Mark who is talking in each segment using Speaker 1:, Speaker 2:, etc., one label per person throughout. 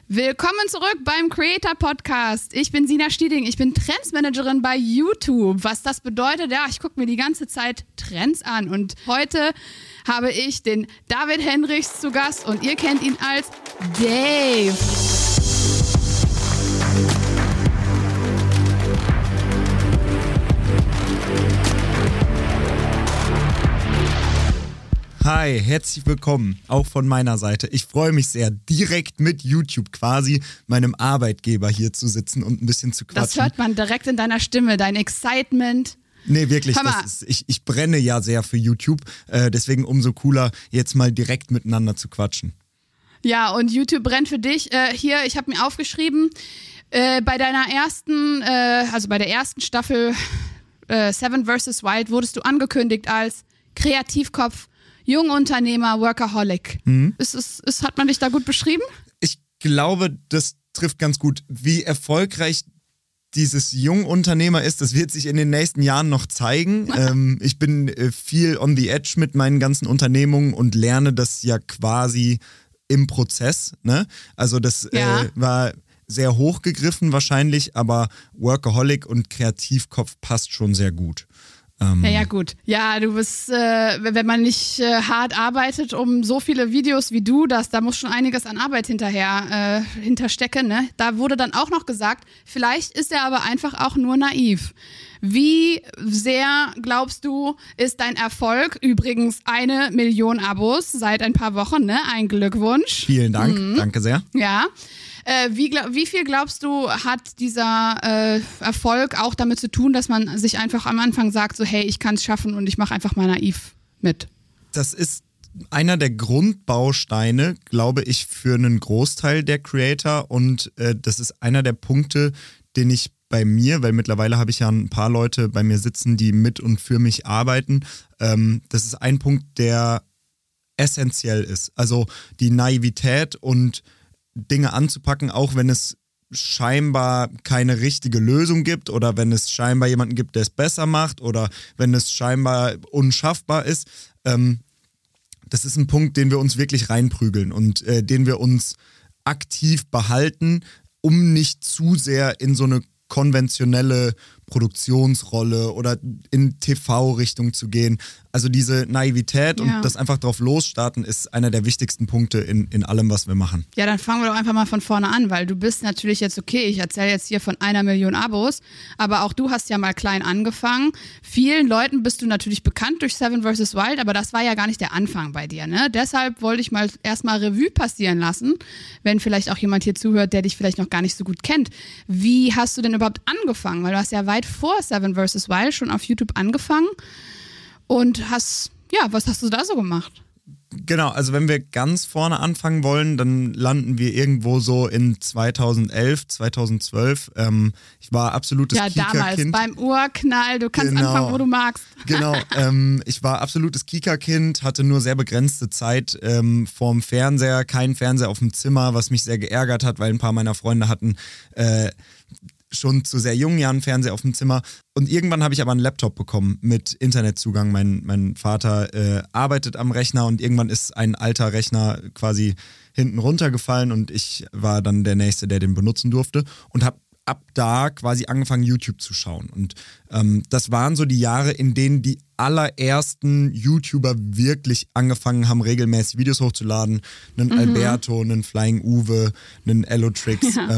Speaker 1: Willkommen zurück beim Creator Podcast. Ich bin Sina Stieding, ich bin Trendsmanagerin bei YouTube. Was das bedeutet, ja, ich gucke mir die ganze Zeit Trends an. Und heute habe ich den David Henrichs zu Gast und ihr kennt ihn als Dave.
Speaker 2: Hi, herzlich willkommen, auch von meiner Seite. Ich freue mich sehr, direkt mit YouTube quasi meinem Arbeitgeber hier zu sitzen und ein bisschen zu quatschen.
Speaker 1: Das hört man direkt in deiner Stimme, dein Excitement.
Speaker 2: Nee, wirklich, ich brenne ja sehr für YouTube, deswegen umso cooler, jetzt mal direkt miteinander zu quatschen.
Speaker 1: Ja, und YouTube brennt für dich. Hier, ich habe mir aufgeschrieben, bei deiner ersten, bei der ersten Staffel Seven vs. Wild wurdest du angekündigt als Kreativkopf, Jungunternehmer, Workaholic. Hat man dich da gut beschrieben?
Speaker 2: Ich glaube, das trifft ganz gut. Wie erfolgreich dieses Jungunternehmer ist, das wird sich in den nächsten Jahren noch zeigen. Ich bin viel on the edge mit meinen ganzen Unternehmungen und lerne das ja quasi im Prozess. Ne? Also das war sehr hochgegriffen wahrscheinlich, aber Workaholic und Kreativkopf passt schon sehr gut.
Speaker 1: Ja, gut. Ja, du bist, wenn man nicht hart arbeitet, um so viele Videos wie du, da muss schon einiges an Arbeit hinterstecken, ne? Da wurde dann auch noch gesagt, vielleicht ist er aber einfach auch nur naiv. Wie sehr, glaubst du, ist dein Erfolg? Übrigens 1 Million Abos seit ein paar Wochen, ne? Ein Glückwunsch.
Speaker 2: Vielen Dank, danke sehr.
Speaker 1: Ja. Wie viel glaubst du, hat dieser Erfolg auch damit zu tun, dass man sich einfach am Anfang sagt, so hey, ich kann es schaffen und ich mache einfach mal naiv mit?
Speaker 2: Das ist einer der Grundbausteine, glaube ich, für einen Großteil der Creator und das ist einer der Punkte, den ich bei mir, weil mittlerweile habe ich ja ein paar Leute bei mir sitzen, die mit und für mich arbeiten, das ist ein Punkt, der essentiell ist. Also die Naivität und Dinge anzupacken, auch wenn es scheinbar keine richtige Lösung gibt oder wenn es scheinbar jemanden gibt, der es besser macht oder wenn es scheinbar unschaffbar ist. Das ist ein Punkt, den wir uns wirklich reinprügeln und den wir uns aktiv behalten, um nicht zu sehr in so eine konventionelle Produktionsrolle oder in TV-Richtung zu gehen. Also diese Naivität und das einfach drauf losstarten ist einer der wichtigsten Punkte in allem, was wir machen.
Speaker 1: Ja, dann fangen wir doch einfach mal von vorne an, weil du bist natürlich jetzt, okay, ich erzähle jetzt hier von 1 Million Abos, aber auch du hast ja mal klein angefangen. Vielen Leuten bist du natürlich bekannt durch Seven vs. Wild, aber das war ja gar nicht der Anfang bei dir, ne? Deshalb wollte ich mal erstmal Revue passieren lassen, wenn vielleicht auch jemand hier zuhört, der dich vielleicht noch gar nicht so gut kennt. Wie hast du denn überhaupt angefangen? Weil du hast ja weit vor Seven vs. Wild schon auf YouTube angefangen und was hast du da so gemacht?
Speaker 2: Genau, also wenn wir ganz vorne anfangen wollen, dann landen wir irgendwo so in 2011, 2012. Ich war absolutes Kika-Kind.
Speaker 1: Ja, damals, beim Urknall, du kannst anfangen, wo du magst.
Speaker 2: Genau, ich war absolutes Kika-Kind, hatte nur sehr begrenzte Zeit vorm Fernseher, keinen Fernseher auf dem Zimmer, was mich sehr geärgert hat, weil ein paar meiner Freunde hatten schon zu sehr jungen Jahren Fernseher auf dem Zimmer. Und irgendwann habe ich aber einen Laptop bekommen mit Internetzugang. Mein Vater arbeitet am Rechner und irgendwann ist ein alter Rechner quasi hinten runtergefallen und ich war dann der Nächste, der den benutzen durfte und habe ab da quasi angefangen, YouTube zu schauen. Und das waren so die Jahre, in denen die allerersten YouTuber wirklich angefangen haben, regelmäßig Videos hochzuladen. Einen Alberto, einen Flying Uwe, einen Elotrix. Ja.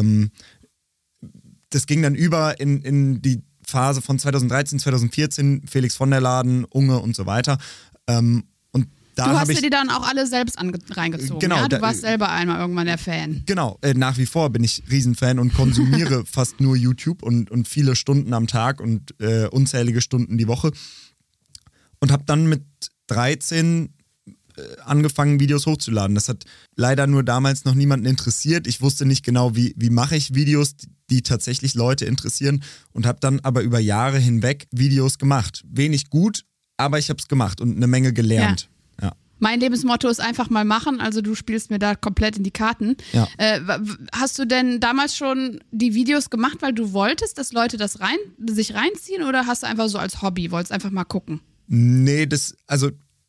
Speaker 2: Das ging dann über in die Phase von 2013, 2014, Felix von der Laden, Unge und so weiter. Und da
Speaker 1: du hast dir die dann auch alle selbst reingezogen,
Speaker 2: genau,
Speaker 1: ja? Du warst selber einmal irgendwann der Fan.
Speaker 2: Genau, nach wie vor bin ich Riesenfan und konsumiere fast nur YouTube und viele Stunden am Tag und unzählige Stunden die Woche. Und habe dann mit 13 angefangen, Videos hochzuladen. Das hat leider nur damals noch niemanden interessiert. Ich wusste nicht genau, wie mache ich Videos, die tatsächlich Leute interessieren und habe dann aber über Jahre hinweg Videos gemacht. Wenig gut, aber ich habe es gemacht und eine Menge gelernt. Ja.
Speaker 1: Mein Lebensmotto ist einfach mal machen, also du spielst mir da komplett in die Karten. Ja. Hast du denn damals schon die Videos gemacht, weil du wolltest, dass Leute das sich reinziehen oder hast du einfach so als Hobby, wolltest einfach mal gucken?
Speaker 2: Nee,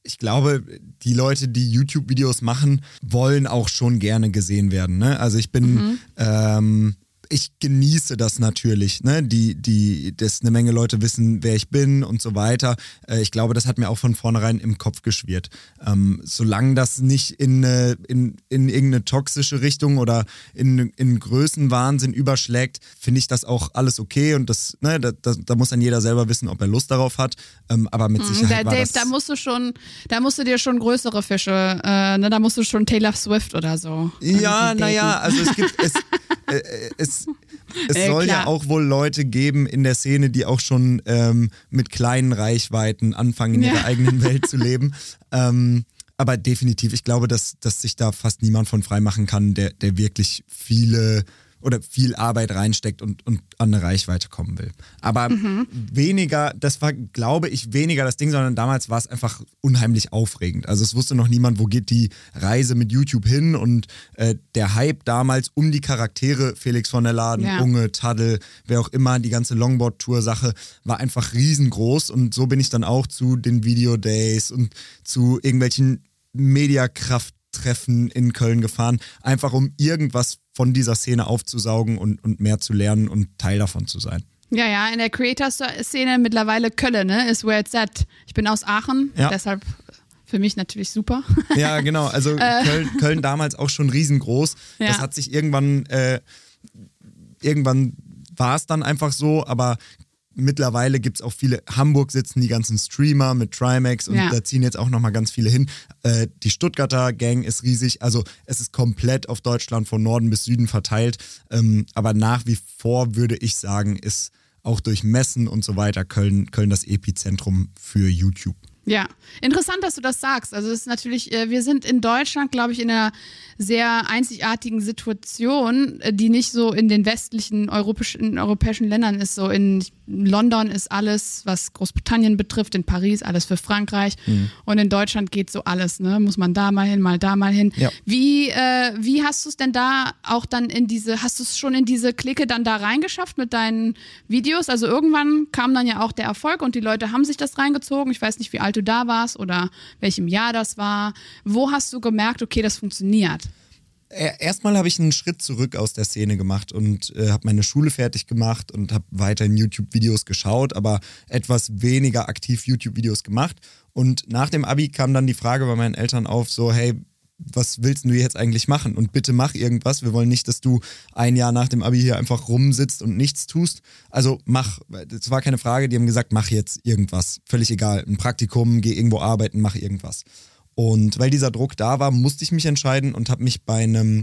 Speaker 2: ich glaube, die Leute, die YouTube-Videos machen, wollen auch schon gerne gesehen werden. Ne? Also ich bin, ich genieße das natürlich, ne? Dass eine Menge Leute wissen, wer ich bin und so weiter. Ich glaube, das hat mir auch von vornherein im Kopf geschwirrt. Solange das nicht in irgendeine toxische Richtung oder in Größenwahnsinn überschlägt, finde ich das auch alles okay und das, ne, da muss dann jeder selber wissen, ob er Lust darauf hat. Aber mit Sicherheit war
Speaker 1: Dave,
Speaker 2: das...
Speaker 1: da musst du dir schon größere Fische, ne, da musst du schon Taylor Swift oder so.
Speaker 2: Ja, naja, also es soll ja auch wohl Leute geben in der Szene, die auch schon mit kleinen Reichweiten anfangen, in ihrer eigenen Welt zu leben. Aber definitiv, ich glaube, dass sich da fast niemand von frei machen kann, der wirklich viel Arbeit reinsteckt und an eine Reichweite kommen will. Aber weniger, das war, glaube ich, weniger das Ding, sondern damals war es einfach unheimlich aufregend. Also es wusste noch niemand, wo geht die Reise mit YouTube hin und der Hype damals um die Charaktere, Felix von der Laden, Unge, Taddel, wer auch immer, die ganze Longboard-Tour-Sache war einfach riesengroß und so bin ich dann auch zu den Video Days und zu irgendwelchen Mediakraft-Treffen in Köln gefahren, einfach um irgendwas von dieser Szene aufzusaugen und mehr zu lernen und Teil davon zu sein.
Speaker 1: Ja, in der Creator-Szene mittlerweile Köln, ne, ist where it's at. Ich bin aus Aachen, deshalb für mich natürlich super.
Speaker 2: Ja, genau, also Köln damals auch schon riesengroß. Ja. Das hat sich irgendwann war es dann einfach so, aber mittlerweile gibt es auch viele, Hamburg sitzen die ganzen Streamer mit Trimax und da ziehen jetzt auch nochmal ganz viele hin. Die Stuttgarter Gang ist riesig, also es ist komplett auf Deutschland von Norden bis Süden verteilt. Aber nach wie vor würde ich sagen, ist auch durch Messen und so weiter Köln das Epizentrum für YouTube.
Speaker 1: Ja, interessant, dass du das sagst. Also es ist natürlich, wir sind in Deutschland, glaube ich, in einer sehr einzigartigen Situation, die nicht so in den westlichen europäischen Ländern ist. So in London ist alles, was Großbritannien betrifft, in Paris alles für Frankreich und in Deutschland geht so alles, ne? Muss man da mal hin, mal da mal hin. Ja. Wie hast du es denn da auch dann hast du es schon in diese Clique dann da reingeschafft mit deinen Videos? Also irgendwann kam dann ja auch der Erfolg und die Leute haben sich das reingezogen. Ich weiß nicht, wie alt du da warst oder welchem Jahr das war. Wo hast du gemerkt, okay, das funktioniert?
Speaker 2: Erstmal habe ich einen Schritt zurück aus der Szene gemacht und habe meine Schule fertig gemacht und habe weiterhin YouTube-Videos geschaut, aber etwas weniger aktiv YouTube-Videos gemacht. Und nach dem Abi kam dann die Frage bei meinen Eltern auf, so hey, was willst du jetzt eigentlich machen? Und bitte mach irgendwas. Wir wollen nicht, dass du ein Jahr nach dem Abi hier einfach rumsitzt und nichts tust. Also mach. Das war keine Frage. Die haben gesagt, mach jetzt irgendwas. Völlig egal. Ein Praktikum, geh irgendwo arbeiten, mach irgendwas. Und weil dieser Druck da war, musste ich mich entscheiden und habe mich bei einem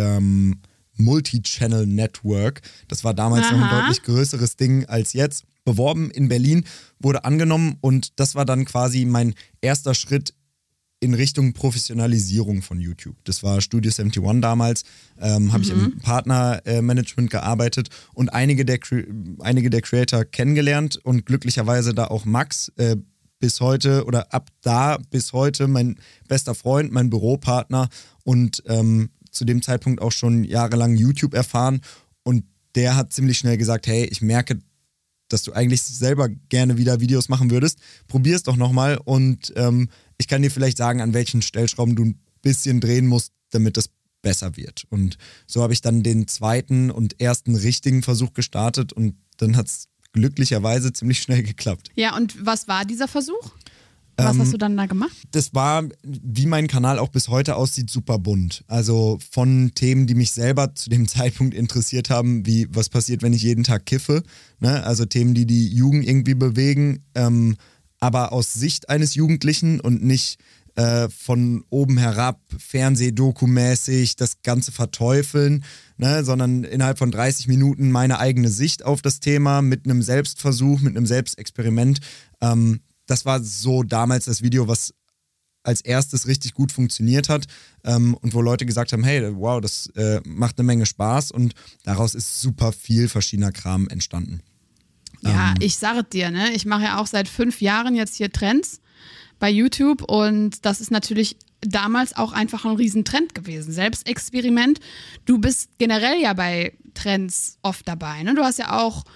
Speaker 2: Multi-Channel Network, das war damals noch ein deutlich größeres Ding als jetzt, beworben in Berlin, wurde angenommen und das war dann quasi mein erster Schritt in Richtung Professionalisierung von YouTube. Das war Studio 71 damals, habe ich im Partnermanagement gearbeitet und einige der Creator kennengelernt und glücklicherweise da auch Max bis heute oder ab da bis heute mein bester Freund, mein Büropartner und zu dem Zeitpunkt auch schon jahrelang YouTube erfahren und der hat ziemlich schnell gesagt, hey, ich merke, dass du eigentlich selber gerne wieder Videos machen würdest, probier's doch nochmal und ich kann dir vielleicht sagen, an welchen Stellschrauben du ein bisschen drehen musst, damit das besser wird. Und so habe ich dann den zweiten und ersten richtigen Versuch gestartet und dann hat es glücklicherweise ziemlich schnell geklappt.
Speaker 1: Ja, und was war dieser Versuch? Was hast du dann da gemacht?
Speaker 2: Das war, wie mein Kanal auch bis heute aussieht, super bunt. Also von Themen, die mich selber zu dem Zeitpunkt interessiert haben, wie was passiert, wenn ich jeden Tag kiffe. Ne? Also Themen, die die Jugend irgendwie bewegen, aber aus Sicht eines Jugendlichen und nicht von oben herab, Fernsehdokumäßig, das Ganze verteufeln, ne? Sondern innerhalb von 30 Minuten meine eigene Sicht auf das Thema mit einem Selbstversuch, mit einem Selbstexperiment. Das war so damals das Video, was als erstes richtig gut funktioniert hat und wo Leute gesagt haben, hey, wow, das macht eine Menge Spaß und daraus ist super viel verschiedener Kram entstanden.
Speaker 1: Ja, ich sage dir, ne, ich mache ja auch seit 5 Jahren jetzt hier Trends bei YouTube und das ist natürlich damals auch einfach ein Riesentrend gewesen. Selbstexperiment. Du bist generell ja bei Trends oft dabei, ne? Du hast ja auch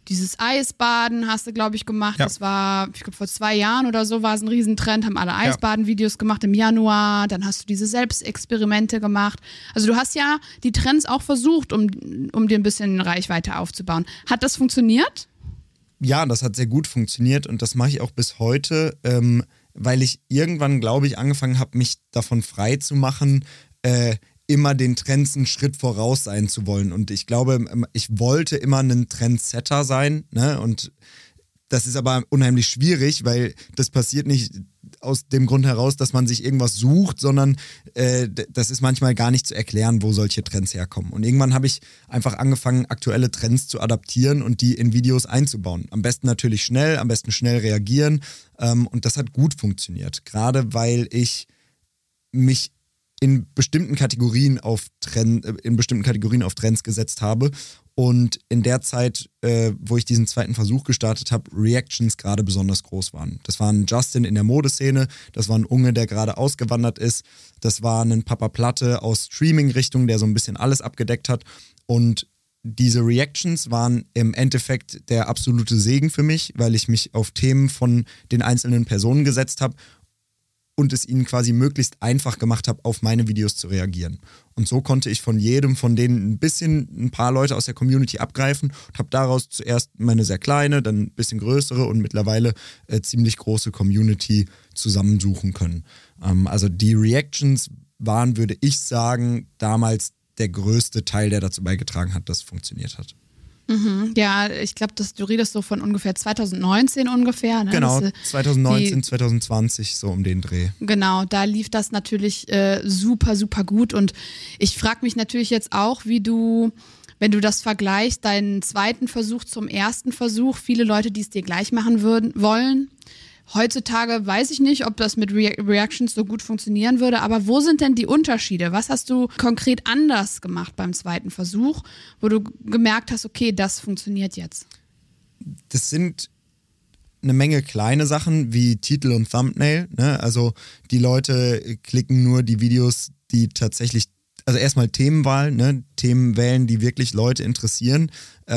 Speaker 1: dieses Eisbaden hast du, glaube ich, gemacht.
Speaker 2: Ja.
Speaker 1: Das war, ich glaube, vor 2 Jahren oder so war es ein Riesentrend, haben alle Eisbaden-Videos gemacht im Januar. Dann hast du diese Selbstexperimente gemacht. Also du hast ja die Trends auch versucht, um dir ein bisschen Reichweite aufzubauen. Hat das funktioniert?
Speaker 2: Ja, das hat sehr gut funktioniert und das mache ich auch bis heute, weil ich irgendwann, glaube ich, angefangen habe, mich davon frei zu machen, immer den Trends einen Schritt voraus sein zu wollen. Und ich glaube, ich wollte immer ein Trendsetter sein, ne? Und das ist aber unheimlich schwierig, weil das passiert nicht aus dem Grund heraus, dass man sich irgendwas sucht, sondern das ist manchmal gar nicht zu erklären, wo solche Trends herkommen. Und irgendwann habe ich einfach angefangen, aktuelle Trends zu adaptieren und die in Videos einzubauen. Am besten natürlich schnell, am besten schnell reagieren. Und das hat gut funktioniert. Gerade weil ich mich in bestimmten Kategorien auf Trends gesetzt habe. Und in der Zeit, wo ich diesen zweiten Versuch gestartet habe, Reactions gerade besonders groß waren. Das war ein Justin in der Modeszene, das war ein Unge, der gerade ausgewandert ist, das war ein Papa Platte aus Streaming-Richtung, der so ein bisschen alles abgedeckt hat. Und diese Reactions waren im Endeffekt der absolute Segen für mich, weil ich mich auf Themen von den einzelnen Personen gesetzt habe und es ihnen quasi möglichst einfach gemacht habe, auf meine Videos zu reagieren. Und so konnte ich von jedem von denen ein paar Leute aus der Community abgreifen und habe daraus zuerst meine sehr kleine, dann ein bisschen größere und mittlerweile ziemlich große Community zusammensuchen können. Also die Reactions waren, würde ich sagen, damals der größte Teil, der dazu beigetragen hat, dass es funktioniert hat.
Speaker 1: Mhm. Ja, ich glaube, du redest so von ungefähr 2019 ungefähr. Ne?
Speaker 2: Genau, 2019, 2020, so um den Dreh.
Speaker 1: Genau, da lief das natürlich super, super gut. Und ich frage mich natürlich jetzt auch, wie du, wenn du das vergleichst, deinen zweiten Versuch zum ersten Versuch, viele Leute, die es dir gleich machen wollen. Heutzutage weiß ich nicht, ob das mit Reactions so gut funktionieren würde, aber wo sind denn die Unterschiede? Was hast du konkret anders gemacht beim zweiten Versuch, wo du gemerkt hast, okay, das funktioniert jetzt?
Speaker 2: Das sind eine Menge kleine Sachen wie Titel und Thumbnail, ne? Also die Leute klicken nur die Videos, die tatsächlich, also erstmal Themenwahl, ne? Themen wählen, die wirklich Leute interessieren,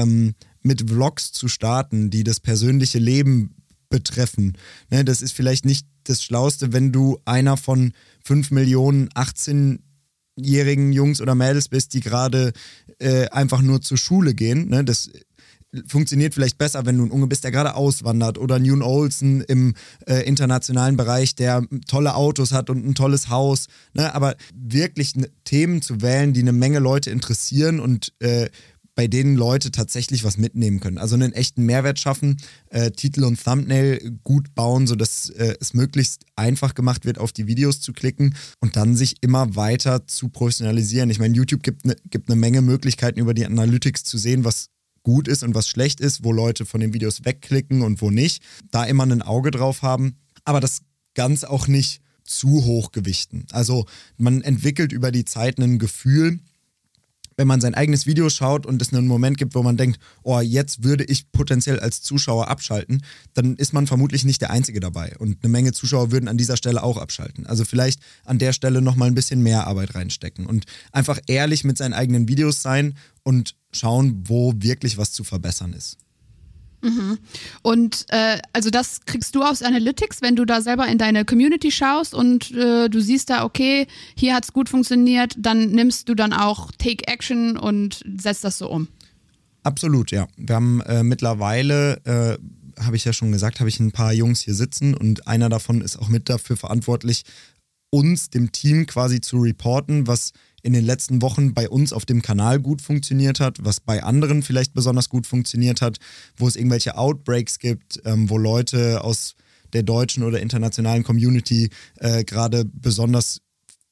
Speaker 2: mit Vlogs zu starten, die das persönliche Leben betreffen. Ne, das ist vielleicht nicht das Schlauste, wenn du einer von 5 Millionen 18-jährigen Jungs oder Mädels bist, die gerade einfach nur zur Schule gehen. Ne, das funktioniert vielleicht besser, wenn du ein Unge bist, der gerade auswandert oder ein Yoon Olsen im internationalen Bereich, der tolle Autos hat und ein tolles Haus. Ne, aber wirklich Themen zu wählen, die eine Menge Leute interessieren und bei denen Leute tatsächlich was mitnehmen können. Also einen echten Mehrwert schaffen, Titel und Thumbnail gut bauen, sodass es möglichst einfach gemacht wird, auf die Videos zu klicken und dann sich immer weiter zu professionalisieren. Ich meine, YouTube gibt eine Menge Möglichkeiten, über die Analytics zu sehen, was gut ist und was schlecht ist, wo Leute von den Videos wegklicken und wo nicht. Da immer ein Auge drauf haben, aber das ganz auch nicht zu hoch gewichten. Also man entwickelt über die Zeit ein Gefühl, wenn man sein eigenes Video schaut und es einen Moment gibt, wo man denkt, oh, jetzt würde ich potenziell als Zuschauer abschalten, dann ist man vermutlich nicht der Einzige dabei. Und eine Menge Zuschauer würden an dieser Stelle auch abschalten. Also vielleicht an der Stelle nochmal ein bisschen mehr Arbeit reinstecken und einfach ehrlich mit seinen eigenen Videos sein und schauen, wo wirklich was zu verbessern ist.
Speaker 1: Mhm. Und also das kriegst du aus Analytics, wenn du da selber in deine Community schaust und du siehst da, okay, hier hat es gut funktioniert, dann nimmst du dann auch Take Action und setzt das so um.
Speaker 2: Absolut, ja. Wir haben mittlerweile, habe ich ja schon gesagt, habe ich ein paar Jungs hier sitzen und einer davon ist auch mit dafür verantwortlich, uns, dem Team quasi zu reporten, was in den letzten Wochen bei uns auf dem Kanal gut funktioniert hat, was bei anderen vielleicht besonders gut funktioniert hat, wo es irgendwelche Outbreaks gibt, wo Leute aus der deutschen oder internationalen Community gerade besonders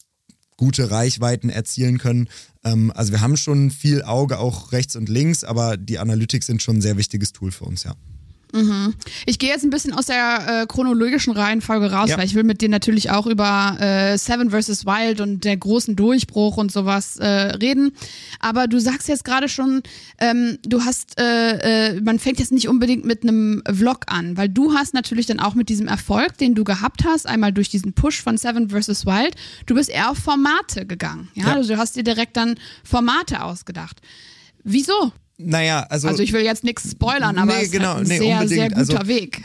Speaker 2: gute Reichweiten erzielen können. Also wir haben schon viel Auge auch rechts und links, aber die Analytics sind schon ein sehr wichtiges Tool für uns, ja.
Speaker 1: Mhm. Ich gehe jetzt ein bisschen aus der chronologischen Reihenfolge raus, weil ich will mit dir natürlich auch über Seven vs. Wild und der großen Durchbruch und sowas reden. Aber du sagst jetzt gerade schon, du hast, man fängt jetzt nicht unbedingt mit einem Vlog an, weil du hast natürlich dann auch mit diesem Erfolg, den du gehabt hast, einmal durch diesen Push von Seven vs. Wild, du bist eher auf Formate gegangen. Ja? Also du hast dir direkt dann Formate ausgedacht. Wieso?
Speaker 2: Naja, also
Speaker 1: ich will jetzt nichts spoilern, aber es ist ein sehr, sehr guter Weg.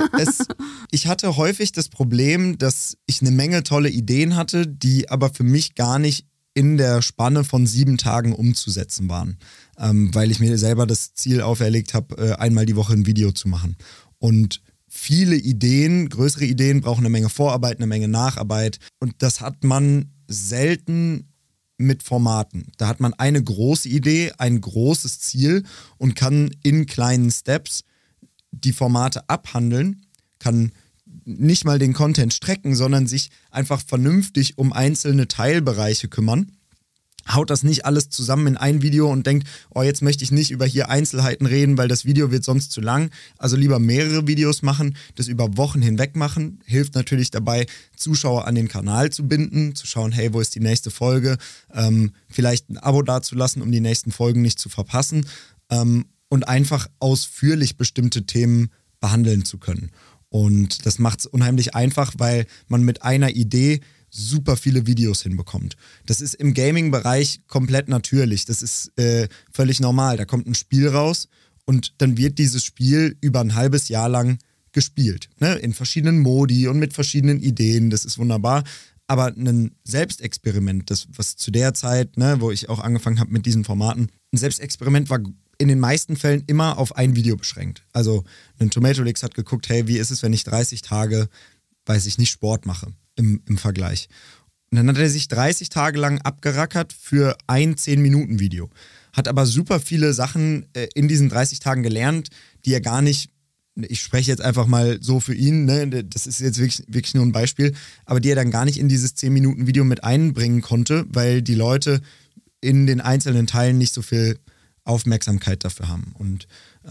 Speaker 2: Ich hatte häufig das Problem, dass ich eine Menge tolle Ideen hatte, die aber für mich gar nicht in der Spanne von 7 Tagen umzusetzen waren, weil ich mir selber das Ziel auferlegt habe, einmal die Woche ein Video zu machen. Und viele Ideen, größere Ideen brauchen eine Menge Vorarbeit, eine Menge Nacharbeit und das hat man selten mit Formaten. Da hat man eine große Idee, ein großes Ziel und kann in kleinen Steps die Formate abhandeln, kann nicht mal den Content strecken, sondern sich einfach vernünftig um einzelne Teilbereiche kümmern. Haut das nicht alles zusammen in ein Video und denkt, oh, jetzt möchte ich nicht über hier Einzelheiten reden, weil das Video wird sonst zu lang. Also lieber mehrere Videos machen, das über Wochen hinweg machen. Hilft natürlich dabei, Zuschauer an den Kanal zu binden, zu schauen, hey, wo ist die nächste Folge? Vielleicht ein Abo dazulassen, um die nächsten Folgen nicht zu verpassen. Und einfach ausführlich bestimmte Themen behandeln zu können. Und das macht es unheimlich einfach, weil man mit einer Idee super viele Videos hinbekommt. Das ist im Gaming-Bereich komplett natürlich. Das ist völlig normal. Da kommt ein Spiel raus und dann wird dieses Spiel über ein halbes Jahr lang gespielt. Ne? In verschiedenen Modi und mit verschiedenen Ideen. Das ist wunderbar. Aber ein Selbstexperiment, das was zu der Zeit, ne, wo ich auch angefangen habe mit diesen Formaten, ein Selbstexperiment war in den meisten Fällen immer auf ein Video beschränkt. Also ein Tomatolix hat geguckt, hey, wie ist es, wenn ich 30 Tage, weiß ich nicht, Sport mache? Im Vergleich. Und dann hat er sich 30 Tage lang abgerackert für ein 10-Minuten-Video. Hat aber super viele Sachen in diesen 30 Tagen gelernt, die er gar nicht, ich spreche jetzt einfach mal so für ihn, ne, das ist jetzt wirklich nur ein Beispiel, aber die er dann gar nicht in dieses 10-Minuten-Video mit einbringen konnte, weil die Leute in den einzelnen Teilen nicht so viel Aufmerksamkeit dafür haben. Und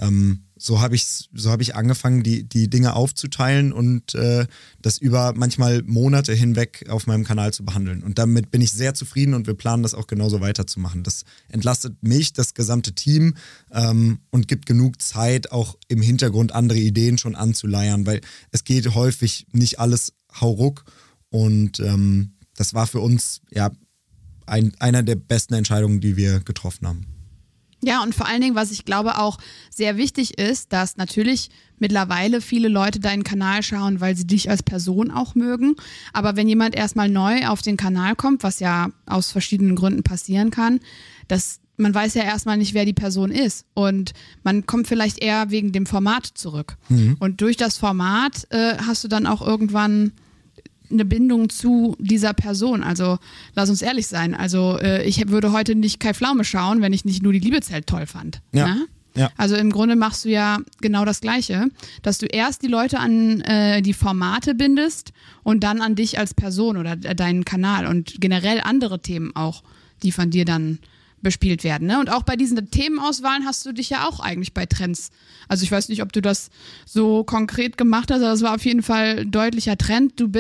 Speaker 2: so habe ich angefangen, die Dinge aufzuteilen und das über manchmal Monate hinweg auf meinem Kanal zu behandeln. Und damit bin ich sehr zufrieden und wir planen das auch genauso weiterzumachen. Das entlastet mich, das gesamte Team und gibt genug Zeit, auch im Hintergrund andere Ideen schon anzuleiern, weil es geht häufig nicht alles hauruck und das war für uns ja einer der besten Entscheidungen, die wir getroffen haben.
Speaker 1: Ja, und vor allen Dingen, was ich glaube auch sehr wichtig ist, dass natürlich mittlerweile viele Leute deinen Kanal schauen, weil sie dich als Person auch mögen. Aber wenn jemand erstmal neu auf den Kanal kommt, was ja aus verschiedenen Gründen passieren kann, man weiß ja erstmal nicht, wer die Person ist. Und man kommt vielleicht eher wegen dem Format zurück. Mhm. Und durch das Format hast du dann auch irgendwann eine Bindung zu dieser Person. Also lass uns ehrlich sein. Also ich würde heute nicht Kai Pflaume schauen, wenn ich nicht nur die Liebezelt toll fand.
Speaker 2: Ja.
Speaker 1: Ne?
Speaker 2: Ja.
Speaker 1: Also im Grunde machst du ja genau das Gleiche, dass du erst die Leute an die Formate bindest und dann an dich als Person oder deinen Kanal und generell andere Themen auch, die von dir dann bespielt werden. Ne? Und auch bei diesen Themenauswahlen hast du dich ja auch eigentlich bei Trends. Also ich weiß nicht, ob du das so konkret gemacht hast, aber das war auf jeden Fall ein deutlicher Trend. Du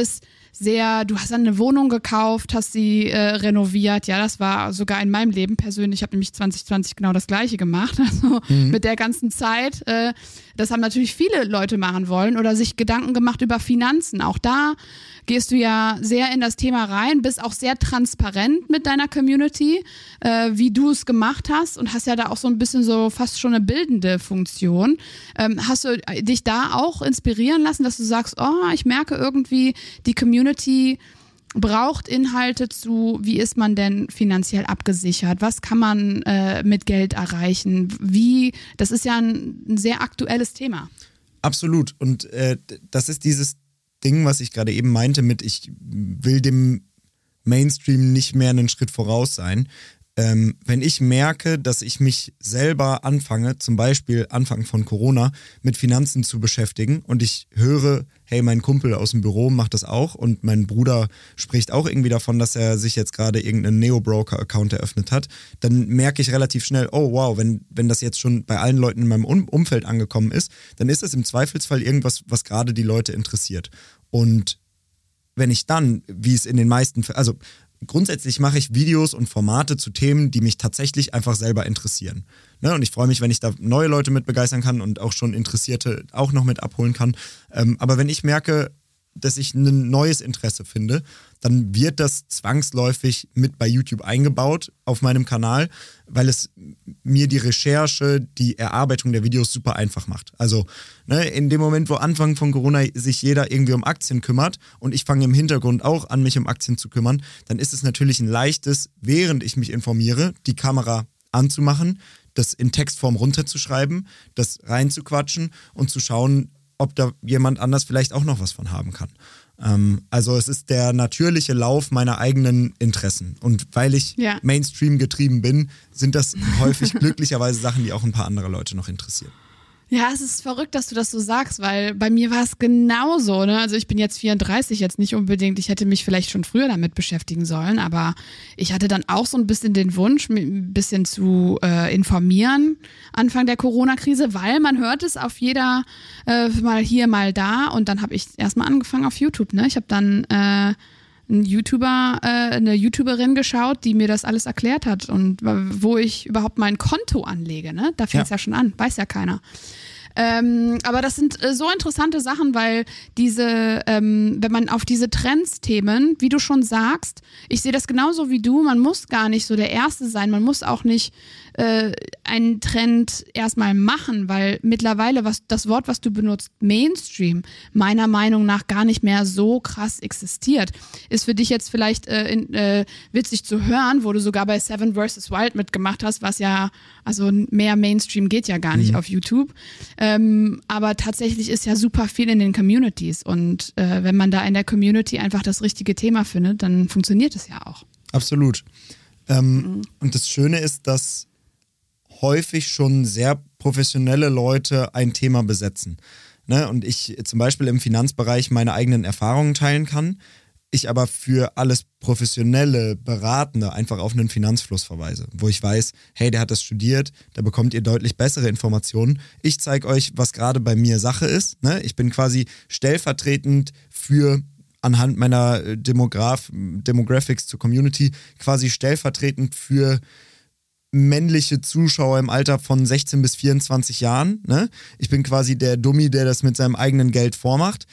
Speaker 1: hast dann eine Wohnung gekauft, hast sie renoviert. Ja, das war sogar in meinem Leben persönlich. Ich habe nämlich 2020 genau das Gleiche gemacht. Also mit der ganzen Zeit. Das haben natürlich viele Leute machen wollen oder sich Gedanken gemacht über Finanzen. Auch da gehst du ja sehr in das Thema rein, bist auch sehr transparent mit deiner Community, wie du es gemacht hast und hast ja da auch so ein bisschen so fast schon eine bildende Funktion. Hast du dich da auch inspirieren lassen, dass du sagst, oh, ich merke irgendwie, die Community braucht Inhalte zu, wie ist man denn finanziell abgesichert, was kann man mit Geld erreichen, das ist ja ein sehr aktuelles Thema.
Speaker 2: Absolut und das ist dieses Ding, was ich gerade eben meinte mit, ich will dem Mainstream nicht mehr einen Schritt voraus sein. Wenn ich merke, dass ich mich selber anfange, zum Beispiel Anfang von Corona, mit Finanzen zu beschäftigen und ich höre, hey, mein Kumpel aus dem Büro macht das auch und mein Bruder spricht auch irgendwie davon, dass er sich jetzt gerade irgendeinen Neo-Broker-Account eröffnet hat, dann merke ich relativ schnell, oh wow, wenn das jetzt schon bei allen Leuten in meinem Umfeld angekommen ist, dann ist das im Zweifelsfall irgendwas, was gerade die Leute interessiert. Und wenn ich dann, wie es in den meisten, also grundsätzlich mache ich Videos und Formate zu Themen, die mich tatsächlich einfach selber interessieren. Ne? Und ich freue mich, wenn ich da neue Leute mit begeistern kann und auch schon Interessierte auch noch mit abholen kann. Aber wenn ich merke, dass ich ein neues Interesse finde, dann wird das zwangsläufig mit bei YouTube eingebaut auf meinem Kanal, weil es mir die Recherche, die Erarbeitung der Videos super einfach macht. Also in dem Moment, wo Anfang von Corona sich jeder irgendwie um Aktien kümmert und ich fange im Hintergrund auch an, mich um Aktien zu kümmern, dann ist es natürlich ein leichtes, während ich mich informiere, die Kamera anzumachen, das in Textform runterzuschreiben, das reinzuquatschen und zu schauen, ob da jemand anders vielleicht auch noch was von haben kann. Also es ist der natürliche Lauf meiner eigenen Interessen. Und weil ich Mainstream getrieben bin, sind das häufig glücklicherweise Sachen, die auch ein paar andere Leute noch interessieren.
Speaker 1: Ja, es ist verrückt, dass du das so sagst, weil bei mir war es genauso. Ne? Also ich bin jetzt 34, jetzt nicht unbedingt, ich hätte mich vielleicht schon früher damit beschäftigen sollen, aber ich hatte dann auch so ein bisschen den Wunsch, mich ein bisschen zu informieren Anfang der Corona-Krise, weil man hört es auf jeder, mal hier, mal da, und dann habe ich erstmal angefangen auf YouTube. Ne? Ich habe dann eine YouTuberin geschaut, die mir das alles erklärt hat und wo ich überhaupt mein Konto anlege. Ne? Da fängt es ja schon an, weiß ja keiner. Aber das sind so interessante Sachen, weil wenn man auf diese Trends-Themen, wie du schon sagst, ich sehe das genauso wie du, man muss gar nicht so der Erste sein, man muss auch nicht einen Trend erstmal machen, weil mittlerweile das Wort, was du benutzt, Mainstream, meiner Meinung nach gar nicht mehr so krass existiert. Ist für dich jetzt vielleicht witzig zu hören, wo du sogar bei Seven vs. Wild mitgemacht hast, was ja, also mehr Mainstream geht ja gar nicht auf YouTube. Aber tatsächlich ist ja super viel in den Communities und wenn man da in der Community einfach das richtige Thema findet, dann funktioniert es ja auch.
Speaker 2: Absolut. Und das Schöne ist, dass häufig schon sehr professionelle Leute ein Thema besetzen. Ne? Und ich zum Beispiel im Finanzbereich meine eigenen Erfahrungen teilen kann, ich aber für alles professionelle, Beratende einfach auf einen Finanzfluss verweise, wo ich weiß, hey, der hat das studiert, da bekommt ihr deutlich bessere Informationen. Ich zeige euch, was gerade bei mir Sache ist. Ne? Ich bin quasi stellvertretend für anhand meiner Demographics zur Community quasi stellvertretend für männliche Zuschauer im Alter von 16 bis 24 Jahren. Ne? Ich bin quasi der Dummi, der das mit seinem eigenen Geld vormacht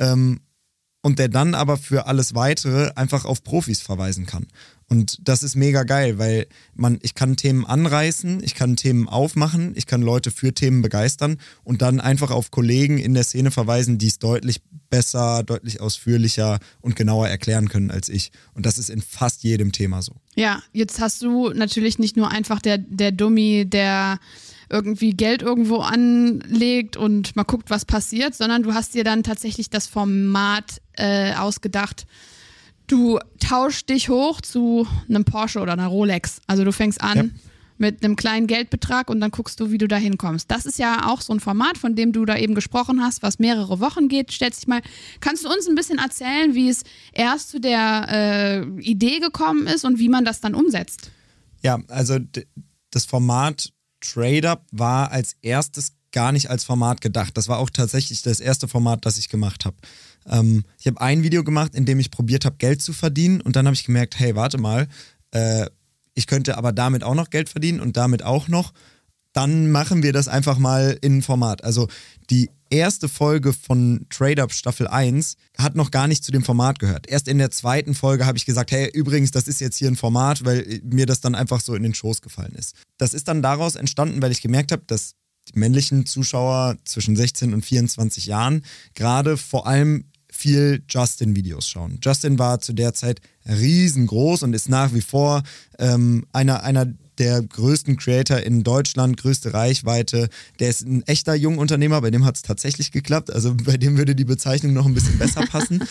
Speaker 2: und der dann aber für alles Weitere einfach auf Profis verweisen kann. Und das ist mega geil, weil ich kann Themen anreißen, ich kann Themen aufmachen, ich kann Leute für Themen begeistern und dann einfach auf Kollegen in der Szene verweisen, die es deutlich besser, deutlich ausführlicher und genauer erklären können als ich. Und das ist in fast jedem Thema so.
Speaker 1: Ja, jetzt hast du natürlich nicht nur einfach der Dummi, der irgendwie Geld irgendwo anlegt und mal guckt, was passiert, sondern du hast dir dann tatsächlich das Format ausgedacht. Du tauschst dich hoch zu einem Porsche oder einer Rolex. Also du fängst an mit einem kleinen Geldbetrag und dann guckst du, wie du da hinkommst. Das ist ja auch so ein Format, von dem du da eben gesprochen hast, was mehrere Wochen geht. Kannst du uns ein bisschen erzählen, wie es erst zu der Idee gekommen ist und wie man das dann umsetzt?
Speaker 2: Ja, also das Format Trade-Up war als erstes gar nicht als Format gedacht. Das war auch tatsächlich das erste Format, das ich gemacht habe. Ich habe ein Video gemacht, in dem ich probiert habe, Geld zu verdienen und dann habe ich gemerkt, hey, warte mal, ich könnte aber damit auch noch Geld verdienen und damit auch noch. Dann machen wir das einfach mal in ein Format. Also die erste Folge von Trade Up Staffel 1 hat noch gar nicht zu dem Format gehört. Erst in der zweiten Folge habe ich gesagt, hey, übrigens, das ist jetzt hier ein Format, weil mir das dann einfach so in den Schoß gefallen ist. Das ist dann daraus entstanden, weil ich gemerkt habe, dass die männlichen Zuschauer zwischen 16 und 24 Jahren gerade vor allem viel Justin-Videos schauen. Justin war zu der Zeit riesengroß und ist nach wie vor einer der größten Creator in Deutschland, größte Reichweite. Der ist ein echter Jungunternehmer, bei dem hat es tatsächlich geklappt. Also bei dem würde die Bezeichnung noch ein bisschen besser passen.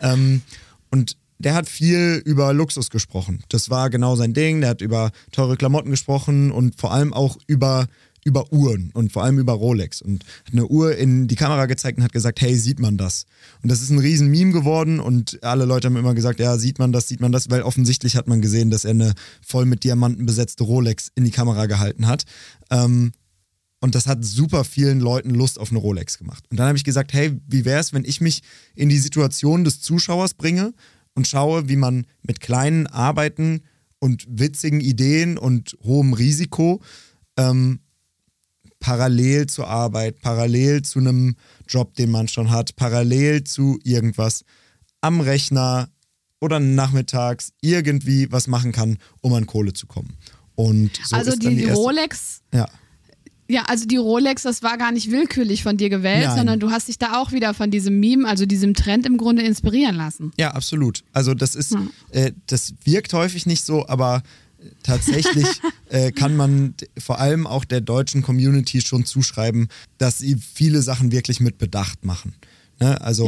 Speaker 2: Und der hat viel über Luxus gesprochen. Das war genau sein Ding. Der hat über teure Klamotten gesprochen und vor allem auch über Uhren und vor allem über Rolex und hat eine Uhr in die Kamera gezeigt und hat gesagt, hey, sieht man das? Und das ist ein riesen Meme geworden und alle Leute haben immer gesagt, ja, sieht man das, weil offensichtlich hat man gesehen, dass er eine voll mit Diamanten besetzte Rolex in die Kamera gehalten hat. Und das hat super vielen Leuten Lust auf eine Rolex gemacht. Und dann habe ich gesagt, hey, wie wäre es, wenn ich mich in die Situation des Zuschauers bringe und schaue, wie man mit kleinen Arbeiten und witzigen Ideen und hohem Risiko parallel zur Arbeit, parallel zu einem Job, den man schon hat, parallel zu irgendwas am Rechner oder nachmittags irgendwie was machen kann, um an Kohle zu kommen. Und so
Speaker 1: also
Speaker 2: ist dann die erste,
Speaker 1: Rolex...
Speaker 2: Ja.
Speaker 1: Ja, also die Rolex, das war gar nicht willkürlich von dir gewählt, sondern du hast dich da auch wieder von diesem Meme, also diesem Trend im Grunde inspirieren lassen.
Speaker 2: Ja, absolut. Also das ist, das wirkt häufig nicht so, aber tatsächlich kann man vor allem auch der deutschen Community schon zuschreiben, dass sie viele Sachen wirklich mit Bedacht machen. Ne? Also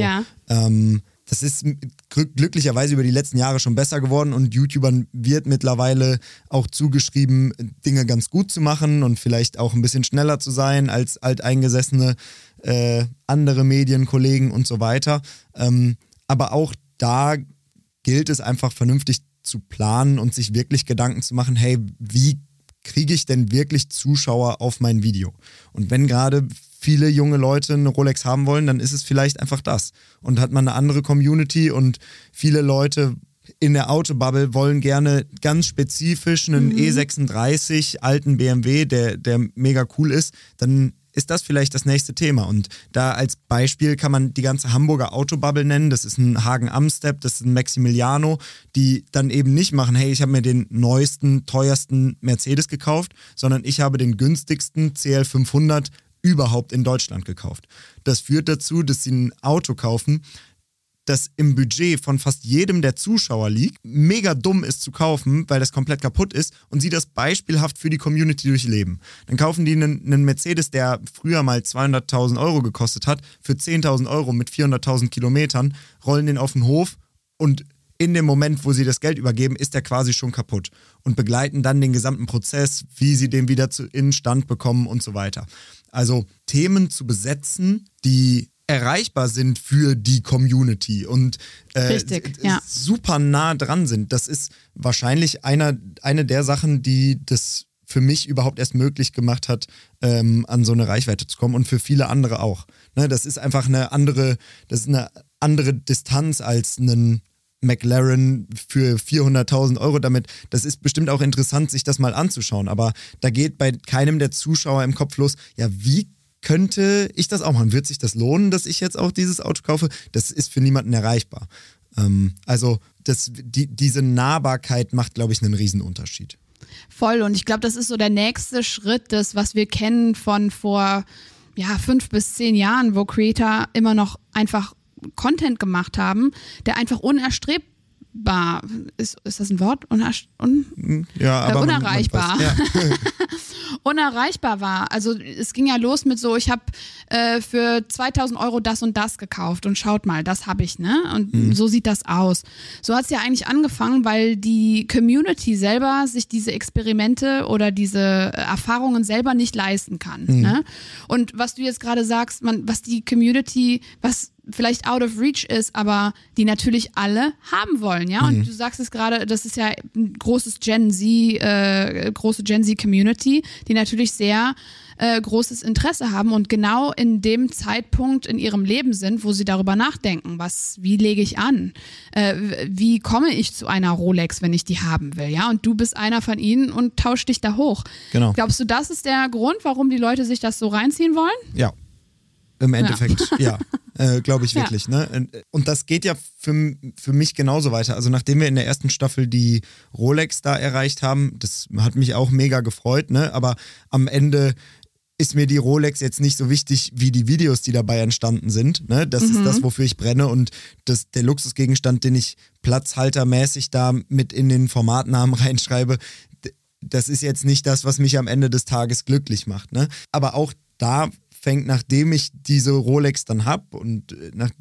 Speaker 2: das ist glücklicherweise über die letzten Jahre schon besser geworden und YouTubern wird mittlerweile auch zugeschrieben, Dinge ganz gut zu machen und vielleicht auch ein bisschen schneller zu sein als alteingesessene andere Medienkollegen und so weiter. Aber auch da gilt es einfach vernünftig zu planen und sich wirklich Gedanken zu machen, hey, wie kriege ich denn wirklich Zuschauer auf mein Video? Und wenn gerade viele junge Leute eine Rolex haben wollen, dann ist es vielleicht einfach das. Und hat man eine andere Community und viele Leute in der Autobubble wollen gerne ganz spezifisch einen E36 alten BMW, der mega cool ist, dann ist das vielleicht das nächste Thema. Und da als Beispiel kann man die ganze Hamburger Autobubble nennen. Das ist ein Hagen Amstep, das ist ein Maximiliano, die dann eben nicht machen, hey, ich habe mir den neuesten, teuersten Mercedes gekauft, sondern ich habe den günstigsten CL500 überhaupt in Deutschland gekauft. Das führt dazu, dass sie ein Auto kaufen, das im Budget von fast jedem der Zuschauer liegt, mega dumm ist zu kaufen, weil das komplett kaputt ist und sie das beispielhaft für die Community durchleben. Dann kaufen die einen Mercedes, der früher mal 200.000 Euro gekostet hat, für 10.000 Euro mit 400.000 Kilometern, rollen den auf den Hof und in dem Moment, wo sie das Geld übergeben, ist der quasi schon kaputt und begleiten dann den gesamten Prozess, wie sie den wieder in Stand bekommen und so weiter. Also Themen zu besetzen, die erreichbar sind für die Community und super nah dran sind. Das ist wahrscheinlich eine der Sachen, die das für mich überhaupt erst möglich gemacht hat, an so eine Reichweite zu kommen und für viele andere auch. Ne, das ist einfach eine andere Distanz als einen McLaren für 400.000 Euro damit. Das ist bestimmt auch interessant, sich das mal anzuschauen, aber da geht bei keinem der Zuschauer im Kopf los, ja, wie könnte ich das auch machen? Wird sich das lohnen, dass ich jetzt auch dieses Auto kaufe? Das ist für niemanden erreichbar. Also diese Nahbarkeit macht, glaube ich, einen Riesenunterschied.
Speaker 1: Voll, und ich glaube, das ist so der nächste Schritt, das, was wir kennen von vor 5 bis 10 Jahren, wo Creator immer noch einfach Content gemacht haben, der einfach unerstrebbar ist. Ist das ein Wort?
Speaker 2: Aber
Speaker 1: unerreichbar.
Speaker 2: Ja.
Speaker 1: Unerreichbar war. Also es ging ja los mit so, ich habe für 2.000 Euro das und das gekauft und schaut mal, das habe ich, ne? Und so sieht das aus. So hat es ja eigentlich angefangen, weil die Community selber sich diese Experimente oder diese Erfahrungen selber nicht leisten kann. Ne? Und was du jetzt gerade sagst, was die Community, was vielleicht out of reach ist, aber die natürlich alle haben wollen, ja. Und du sagst es gerade, das ist ja ein großes große Gen Z Community, die natürlich sehr großes Interesse haben und genau in dem Zeitpunkt in ihrem Leben sind, wo sie darüber nachdenken, wie lege ich an? Wie komme ich zu einer Rolex, wenn ich die haben will, ja? Und du bist einer von ihnen und tausch dich da hoch.
Speaker 2: Genau.
Speaker 1: Glaubst du, das ist der Grund, warum die Leute sich das so reinziehen wollen?
Speaker 2: Ja. Im Endeffekt, ja. Glaube ich wirklich.
Speaker 1: Ja.
Speaker 2: Ne? Und das geht ja für mich genauso weiter. Also nachdem wir in der ersten Staffel die Rolex da erreicht haben, das hat mich auch mega gefreut, ne? Aber am Ende ist mir die Rolex jetzt nicht so wichtig wie die Videos, die dabei entstanden sind. Ne? Das ist das, wofür ich brenne und der Luxusgegenstand, den ich platzhaltermäßig da mit in den Formatnamen reinschreibe, das ist jetzt nicht das, was mich am Ende des Tages glücklich macht. Ne? Aber auch da fängt, nachdem ich diese Rolex dann habe und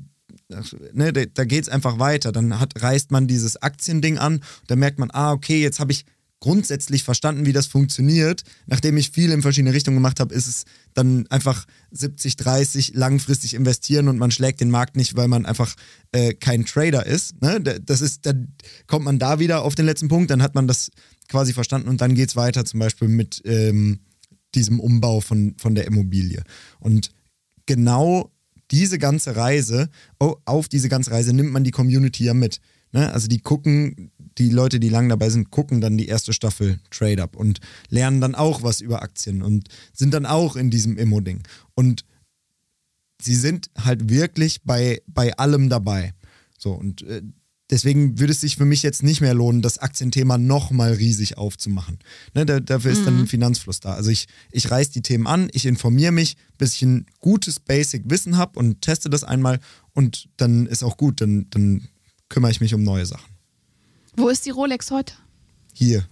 Speaker 2: da geht es einfach weiter. Dann reißt man dieses Aktiending an, da merkt man, okay, jetzt habe ich grundsätzlich verstanden, wie das funktioniert. Nachdem ich viel in verschiedene Richtungen gemacht habe, ist es dann einfach 70-30 langfristig investieren und man schlägt den Markt nicht, weil man einfach kein Trader ist. Ne? Dann kommt man da wieder auf den letzten Punkt, dann hat man das quasi verstanden und dann geht es weiter zum Beispiel mit diesem Umbau von der Immobilie. Und genau diese ganze Reise, auf diese ganze Reise nimmt man die Community ja mit. Ne? Also die gucken die Leute, die lang dabei sind, gucken dann die erste Staffel Trade Up und lernen dann auch was über Aktien und sind dann auch in diesem Immo-Ding. Und sie sind halt wirklich bei allem dabei. So, und deswegen würde es sich für mich jetzt nicht mehr lohnen, das Aktienthema nochmal riesig aufzumachen. Ne, dafür ist dann ein Finanzfluss da. Also ich reiß die Themen an, ich informiere mich, bis ich ein gutes Basic-Wissen habe und teste das einmal und dann ist auch gut, dann kümmere ich mich um neue Sachen.
Speaker 1: Wo ist die Rolex heute?
Speaker 2: Hier.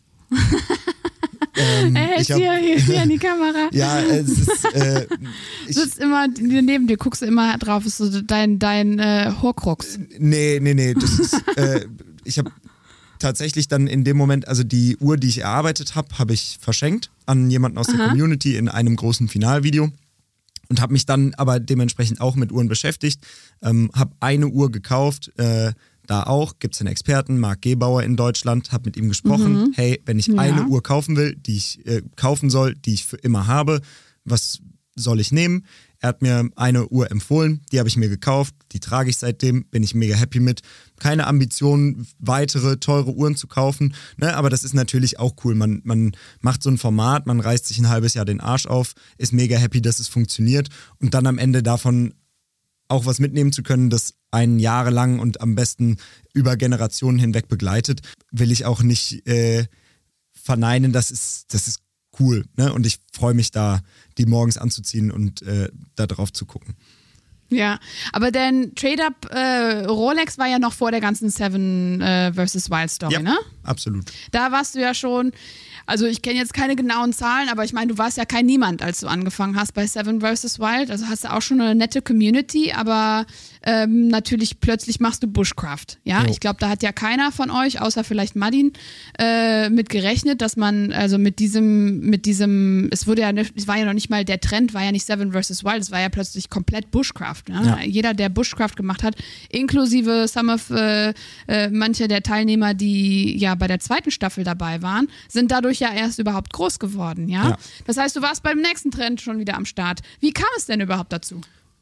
Speaker 1: Hier in die Kamera.
Speaker 2: Ja, es ist.
Speaker 1: Du sitzt immer neben dir, guckst du immer drauf, ist so dein Horcrux.
Speaker 2: Nee. Das ist. Ich habe tatsächlich dann in dem Moment, also die Uhr, die ich erarbeitet habe ich verschenkt an jemanden aus der Community in einem großen Finalvideo. Und habe mich dann aber dementsprechend auch mit Uhren beschäftigt. Habe eine Uhr gekauft, da auch, gibt es einen Experten, Marc Gebauer in Deutschland, habe mit ihm gesprochen, hey, wenn ich eine Uhr kaufen will, die ich kaufen soll, die ich für immer habe, was soll ich nehmen? Er hat mir eine Uhr empfohlen, die habe ich mir gekauft, die trage ich seitdem, bin ich mega happy mit. Keine Ambition, weitere teure Uhren zu kaufen, ne? Aber das ist natürlich auch cool. Man macht so ein Format, man reißt sich ein halbes Jahr den Arsch auf, ist mega happy, dass es funktioniert und dann am Ende davon auch was mitnehmen zu können, das einen jahrelang und am besten über Generationen hinweg begleitet, will ich auch nicht verneinen, das ist cool. Ne? Und ich freue mich da, die morgens anzuziehen und da drauf zu gucken.
Speaker 1: Ja, aber dein Trade-Up Rolex war ja noch vor der ganzen Seven vs. Wild Story,
Speaker 2: ja,
Speaker 1: ne?
Speaker 2: Absolut.
Speaker 1: Da warst du ja schon, also ich kenne jetzt keine genauen Zahlen, aber ich meine, du warst ja kein Niemand, als du angefangen hast bei Seven vs. Wild. Also hast du auch schon eine nette Community, aber natürlich plötzlich machst du Bushcraft. Ja, ich glaube, da hat ja keiner von euch, außer vielleicht Madin, mit gerechnet, dass man also mit diesem, es war ja noch nicht mal der Trend, war ja nicht Seven vs. Wild, es war ja plötzlich komplett Bushcraft. Ne? Ja. Jeder, der Bushcraft gemacht hat, inklusive manche der Teilnehmer, die ja bei der zweiten Staffel dabei waren, sind dadurch ja erst überhaupt groß geworden. Ja? Das heißt, du warst beim nächsten Trend schon wieder am Start. Wie kam es denn überhaupt dazu?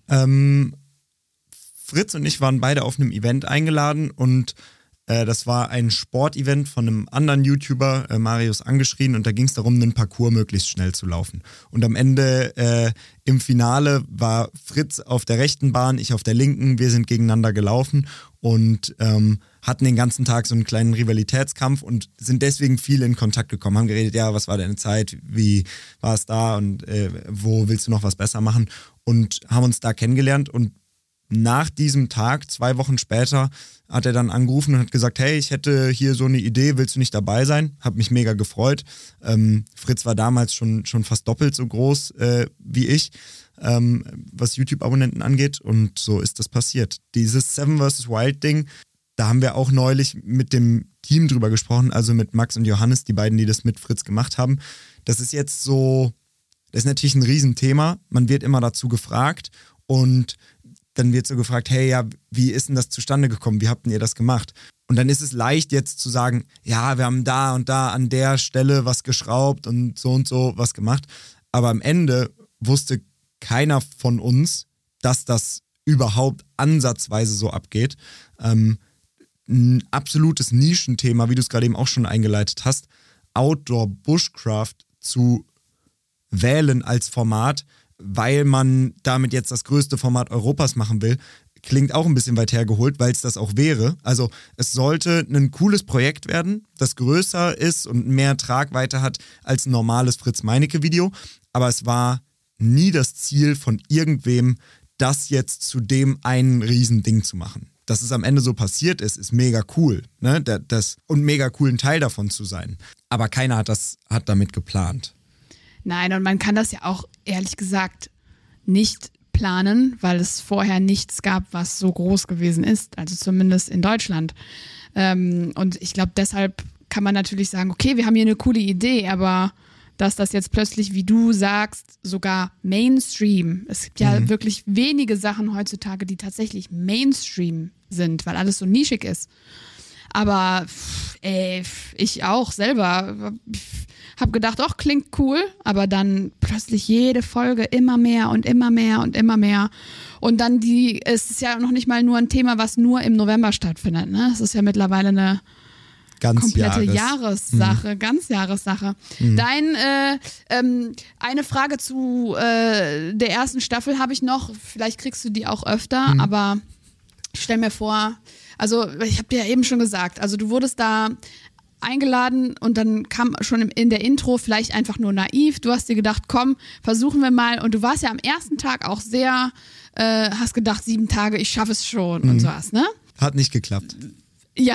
Speaker 2: Fritz und ich waren beide auf einem Event eingeladen und das war ein Sportevent von einem anderen YouTuber, Marius Angeschrien, und da ging es darum, einen Parcours möglichst schnell zu laufen. Und am Ende im Finale war Fritz auf der rechten Bahn, ich auf der linken, wir sind gegeneinander gelaufen und hatten den ganzen Tag so einen kleinen Rivalitätskampf und sind deswegen viel in Kontakt gekommen, haben geredet, ja, was war deine Zeit, wie war es da und wo willst du noch was besser machen, und haben uns da kennengelernt. Und nach diesem Tag, 2 Wochen später, hat er dann angerufen und hat gesagt, hey, ich hätte hier so eine Idee, willst du nicht dabei sein? Hab mich mega gefreut. Fritz war damals schon fast doppelt so groß wie ich, was YouTube-Abonnenten angeht, und so ist das passiert. Dieses Seven vs. Wild Ding, da haben wir auch neulich mit dem Team drüber gesprochen, also mit Max und Johannes, die beiden, die das mit Fritz gemacht haben. Das ist jetzt so, das ist natürlich ein Riesenthema, man wird immer dazu gefragt und dann wird so gefragt, hey, ja, wie ist denn das zustande gekommen? Wie habt denn ihr das gemacht? Und dann ist es leicht jetzt zu sagen, ja, wir haben da und da an der Stelle was geschraubt und so was gemacht. Aber am Ende wusste keiner von uns, dass das überhaupt ansatzweise so abgeht. Ein absolutes Nischenthema, wie du es gerade eben auch schon eingeleitet hast, Outdoor Bushcraft zu wählen als Format, weil man damit jetzt das größte Format Europas machen will, klingt auch ein bisschen weit hergeholt, weil es das auch wäre. Also es sollte ein cooles Projekt werden, das größer ist und mehr Tragweite hat als ein normales Fritz-Meinecke-Video, aber es war nie das Ziel von irgendwem, das jetzt zu dem einen Riesending zu machen. Dass es am Ende so passiert ist mega cool, ne? Und mega cool, ein Teil davon zu sein. Aber keiner hat damit geplant.
Speaker 1: Nein, und man kann das ja auch, ehrlich gesagt, nicht planen, weil es vorher nichts gab, was so groß gewesen ist, also zumindest in Deutschland. Und ich glaube, deshalb kann man natürlich sagen, okay, wir haben hier eine coole Idee, aber dass das jetzt plötzlich, wie du sagst, sogar Mainstream, es gibt ja wirklich wenige Sachen heutzutage, die tatsächlich Mainstream sind, weil alles so nischig ist. Aber ich auch selber habe gedacht, ach, klingt cool, aber dann plötzlich jede Folge immer mehr und immer mehr und immer mehr. Und dann es ist ja noch nicht mal nur ein Thema, was nur im November stattfindet. Ne? Es ist ja mittlerweile komplette Jahressache, Ganzjahressache. Eine Frage zu der ersten Staffel habe ich noch, vielleicht kriegst du die auch öfter, aber ich stelle mir vor, also ich habe dir ja eben schon gesagt, also du wurdest da eingeladen und dann kam schon in der Intro vielleicht einfach nur naiv, du hast dir gedacht, komm, versuchen wir mal und du warst ja am ersten Tag auch sehr, hast gedacht, 7 Tage, ich schaffe es schon und sowas, ne?
Speaker 2: Hat nicht geklappt.
Speaker 1: Ja.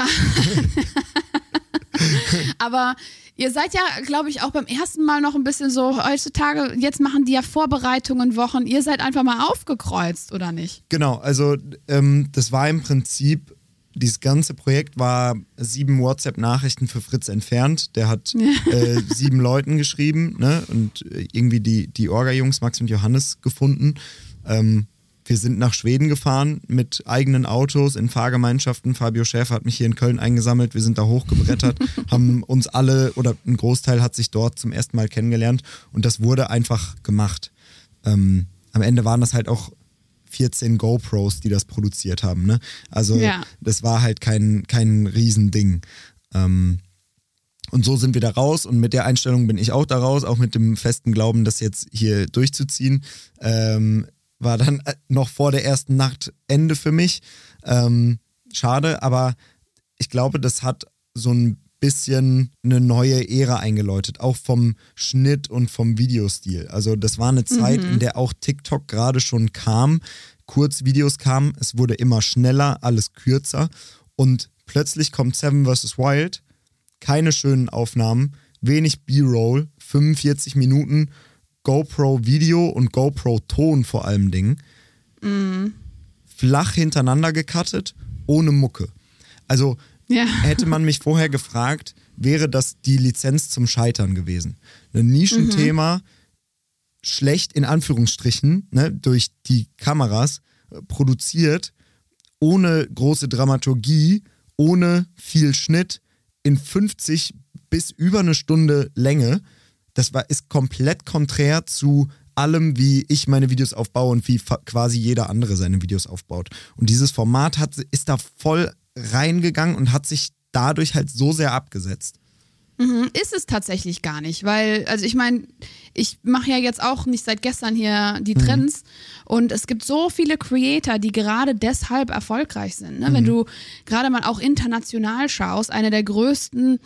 Speaker 1: Aber ihr seid ja, glaube ich, auch beim ersten Mal noch ein bisschen so, heutzutage, jetzt machen die ja Vorbereitungen, Wochen, ihr seid einfach mal aufgekreuzt, oder nicht?
Speaker 2: Genau, also das war im Prinzip, dieses ganze Projekt war 7 WhatsApp-Nachrichten für Fritz entfernt. Der hat 7 Leuten geschrieben, ne? Und irgendwie die Orga-Jungs, Max und Johannes, gefunden. Wir sind nach Schweden gefahren mit eigenen Autos in Fahrgemeinschaften. Fabio Schäfer hat mich hier in Köln eingesammelt. Wir sind da hochgebrettert, haben uns alle oder ein Großteil hat sich dort zum ersten Mal kennengelernt und das wurde einfach gemacht. Am Ende waren das halt auch 14 GoPros, die das produziert haben. Ne? Also das war halt kein Riesending. Und so sind wir da raus und mit der Einstellung bin ich auch da raus, auch mit dem festen Glauben, das jetzt hier durchzuziehen. War dann noch vor der ersten Nacht Ende für mich. Schade, aber ich glaube, das hat so ein bisschen eine neue Ära eingeläutet, auch vom Schnitt und vom Videostil. Also das war eine Zeit, in der auch TikTok gerade schon kam, Kurzvideos kamen, es wurde immer schneller, alles kürzer und plötzlich kommt Seven vs. Wild, keine schönen Aufnahmen, wenig B-Roll, 45 Minuten GoPro-Video und GoPro-Ton vor allem Dingen, flach hintereinander gecuttet, ohne Mucke. Also hätte man mich vorher gefragt, wäre das die Lizenz zum Scheitern gewesen. Ein Nischenthema, schlecht in Anführungsstrichen, ne, durch die Kameras, produziert, ohne große Dramaturgie, ohne viel Schnitt, in 50 bis über eine Stunde Länge. Das ist komplett konträr zu allem, wie ich meine Videos aufbaue und wie quasi jeder andere seine Videos aufbaut. Und dieses Format ist da voll reingegangen und hat sich dadurch halt so sehr abgesetzt.
Speaker 1: Ist es tatsächlich gar nicht, weil, also ich meine, ich mache ja jetzt auch nicht seit gestern hier die Trends und es gibt so viele Creator, die gerade deshalb erfolgreich sind. Ne? Wenn du gerade mal auch international schaust, eine der größten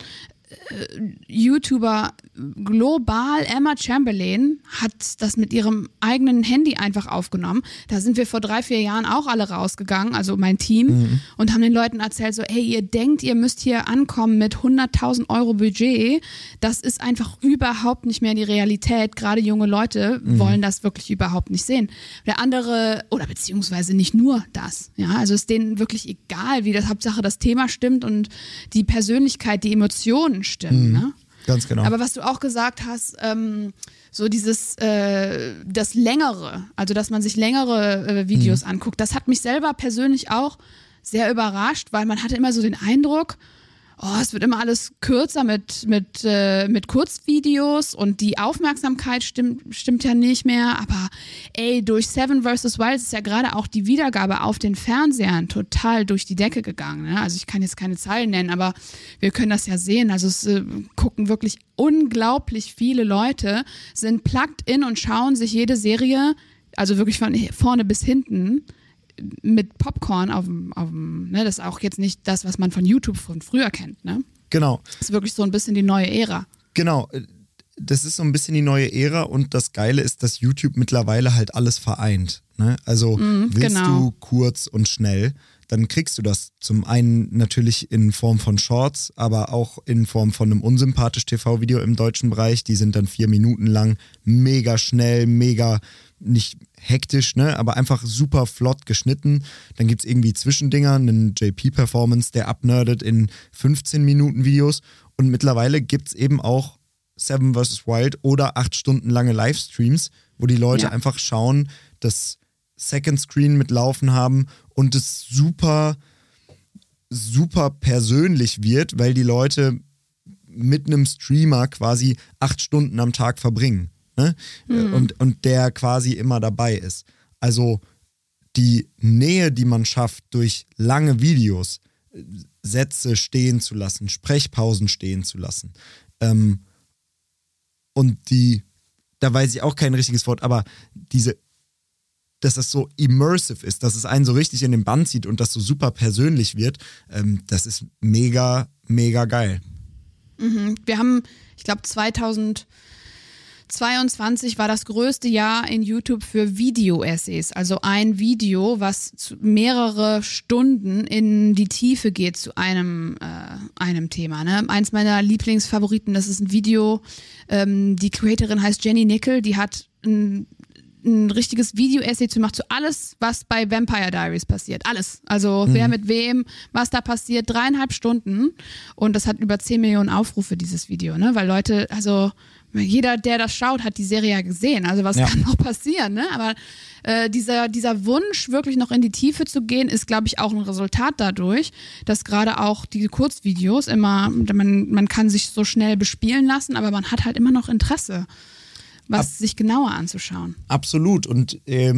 Speaker 1: YouTuber global, Emma Chamberlain, hat das mit ihrem eigenen Handy einfach aufgenommen. Da sind wir vor 3-4 Jahren auch alle rausgegangen, also mein Team, und haben den Leuten erzählt so, hey, ihr denkt, ihr müsst hier ankommen mit 100.000 Euro Budget. Das ist einfach überhaupt nicht mehr die Realität. Gerade junge Leute wollen das wirklich überhaupt nicht sehen. Der andere, oder beziehungsweise nicht nur das, ja, also ist denen wirklich egal, wie das, Hauptsache das Thema stimmt und die Persönlichkeit, die Emotionen stimmen, ne?
Speaker 2: Ganz genau.
Speaker 1: Aber was du auch gesagt hast, so dieses, das Längere, also dass man sich längere Videos anguckt, das hat mich selber persönlich auch sehr überrascht, weil man hatte immer so den Eindruck, es wird immer alles kürzer mit Kurzvideos und die Aufmerksamkeit stimmt ja nicht mehr, aber durch Seven vs. Wild ist ja gerade auch die Wiedergabe auf den Fernsehern total durch die Decke gegangen. Ne? Also ich kann jetzt keine Zahlen nennen, aber wir können das ja sehen. Also es gucken wirklich unglaublich viele Leute, sind plugged in und schauen sich jede Serie, also wirklich von vorne bis hinten, mit Popcorn auf dem, ne, das ist auch jetzt nicht das, was man von YouTube von früher kennt, ne?
Speaker 2: Genau.
Speaker 1: Das ist wirklich so ein bisschen die neue Ära.
Speaker 2: Genau, das ist so ein bisschen die neue Ära und das Geile ist, dass YouTube mittlerweile halt alles vereint, ne? Also willst du kurz und schnell, dann kriegst du das zum einen natürlich in Form von Shorts, aber auch in Form von einem unsympathisch TV-Video im deutschen Bereich. Die sind dann 4 Minuten lang, mega schnell, mega nicht hektisch, ne, aber einfach super flott geschnitten. Dann gibt es irgendwie Zwischendinger, einen JP-Performance, der abnerdet in 15 Minuten Videos und mittlerweile gibt es eben auch Seven vs. Wild oder 8 Stunden lange Livestreams, wo die Leute einfach schauen, das Second Screen mit laufen haben und es super, super persönlich wird, weil die Leute mit einem Streamer quasi 8 Stunden am Tag verbringen. Ne? Und der quasi immer dabei ist. Also die Nähe, die man schafft durch lange Videos, Sätze stehen zu lassen, Sprechpausen stehen zu lassen. Und da weiß ich auch kein richtiges Wort, aber dass das so immersive ist, dass es einen so richtig in den Bann zieht und das so super persönlich wird, das ist mega, mega geil.
Speaker 1: Wir haben, ich glaube 2022 war das größte Jahr in YouTube für Video-Essays, also ein Video, was mehrere Stunden in die Tiefe geht zu einem Thema. Ne? Eins meiner Lieblingsfavoriten, das ist ein Video, die Creatorin heißt Jenny Nickel, die hat ein richtiges Video-Essay zu machen zu alles, was bei Vampire Diaries passiert. Alles. Also wer mit wem, was da passiert. 3,5 Stunden. Und das hat über 10 Millionen Aufrufe, dieses Video. Ne? Weil Leute, also jeder, der das schaut, hat die Serie ja gesehen. Also was kann noch passieren? Ne? Aber dieser Wunsch, wirklich noch in die Tiefe zu gehen, ist, glaube ich, auch ein Resultat dadurch, dass gerade auch die Kurzvideos immer, man kann sich so schnell bespielen lassen, aber man hat halt immer noch Interesse, sich genauer anzuschauen.
Speaker 2: Absolut. Und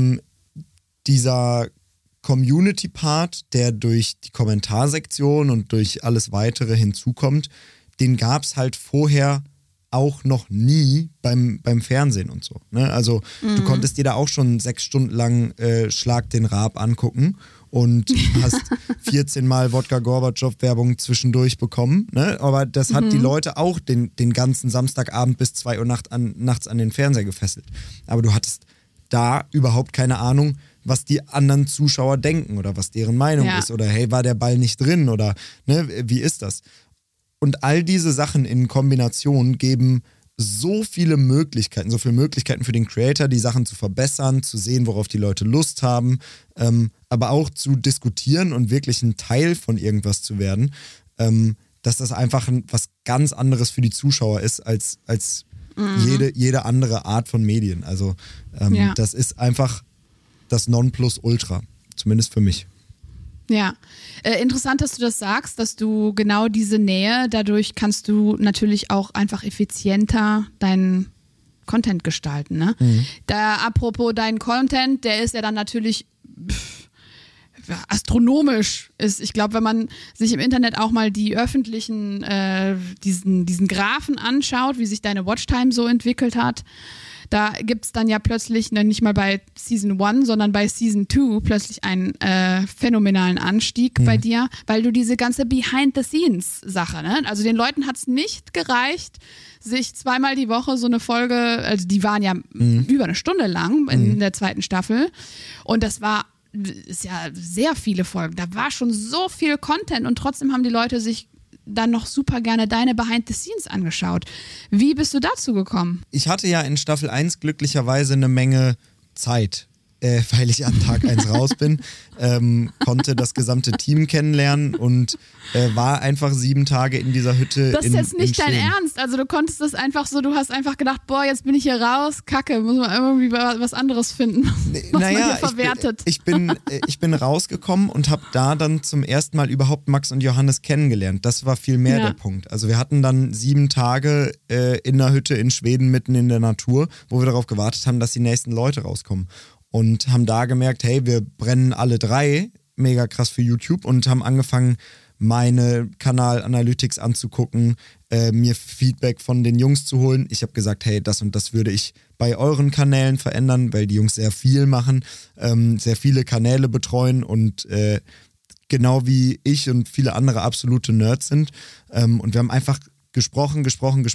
Speaker 2: dieser Community-Part, der durch die Kommentarsektion und durch alles Weitere hinzukommt, den gab es halt vorher auch noch nie beim Fernsehen und so. Ne? Also du konntest dir da auch schon 6 Stunden lang Schlag den Raab angucken und hast 14 Mal Wodka Gorbatschow-Werbung zwischendurch bekommen. Ne? Aber das hat die Leute auch den ganzen Samstagabend bis 2 Uhr nachts an den Fernseher gefesselt. Aber du hattest da überhaupt keine Ahnung, was die anderen Zuschauer denken oder was deren Meinung ist. Oder hey, war der Ball nicht drin? Oder ne, wie ist das? Und all diese Sachen in Kombination geben so viele Möglichkeiten für den Creator, die Sachen zu verbessern, zu sehen, worauf die Leute Lust haben, aber auch zu diskutieren und wirklich ein Teil von irgendwas zu werden, dass das einfach was ganz anderes für die Zuschauer ist als jede andere Art von Medien. Also das ist einfach das Nonplusultra, zumindest für mich.
Speaker 1: Ja, interessant, dass du das sagst, dass du genau diese Nähe, dadurch kannst du natürlich auch einfach effizienter deinen Content gestalten. Ne? Da apropos dein Content, der ist ja dann natürlich astronomisch. Ich glaube, wenn man sich im Internet auch mal die öffentlichen, diesen Graphen anschaut, wie sich deine Watchtime so entwickelt hat, da gibt es dann ja plötzlich, nicht mal bei Season 1, sondern bei Season 2 plötzlich einen phänomenalen Anstieg bei dir, weil du diese ganze Behind-the-Scenes-Sache, ne? Also den Leuten hat es nicht gereicht, sich zweimal die Woche so eine Folge, also die waren ja über eine Stunde lang in der 2. Staffel und das ist ja sehr viele Folgen, da war schon so viel Content und trotzdem haben die Leute sich dann noch super gerne deine Behind the Scenes angeschaut. Wie bist du dazu gekommen?
Speaker 2: Ich hatte ja in Staffel 1 glücklicherweise eine Menge Zeit, weil ich an Tag 1 raus bin, konnte das gesamte Team kennenlernen und war einfach 7 Tage in dieser Hütte.
Speaker 1: Das ist jetzt nicht dein Ernst. Also du konntest das einfach so, du hast einfach gedacht, boah, jetzt bin ich hier raus, kacke, muss man irgendwie was anderes finden, was man hier verwertet.
Speaker 2: Ich bin rausgekommen und habe da dann zum ersten Mal überhaupt Max und Johannes kennengelernt. Das war viel mehr der Punkt. Also wir hatten dann 7 Tage in einer Hütte in Schweden mitten in der Natur, wo wir darauf gewartet haben, dass die nächsten Leute rauskommen. Und haben da gemerkt, hey, wir brennen alle 3 mega krass für YouTube und haben angefangen, meine Kanal-Analytics anzugucken, mir Feedback von den Jungs zu holen. Ich habe gesagt, hey, das und das würde ich bei euren Kanälen verändern, weil die Jungs sehr viel machen, sehr viele Kanäle betreuen und genau wie ich und viele andere absolute Nerds sind. Und wir haben einfach gesprochen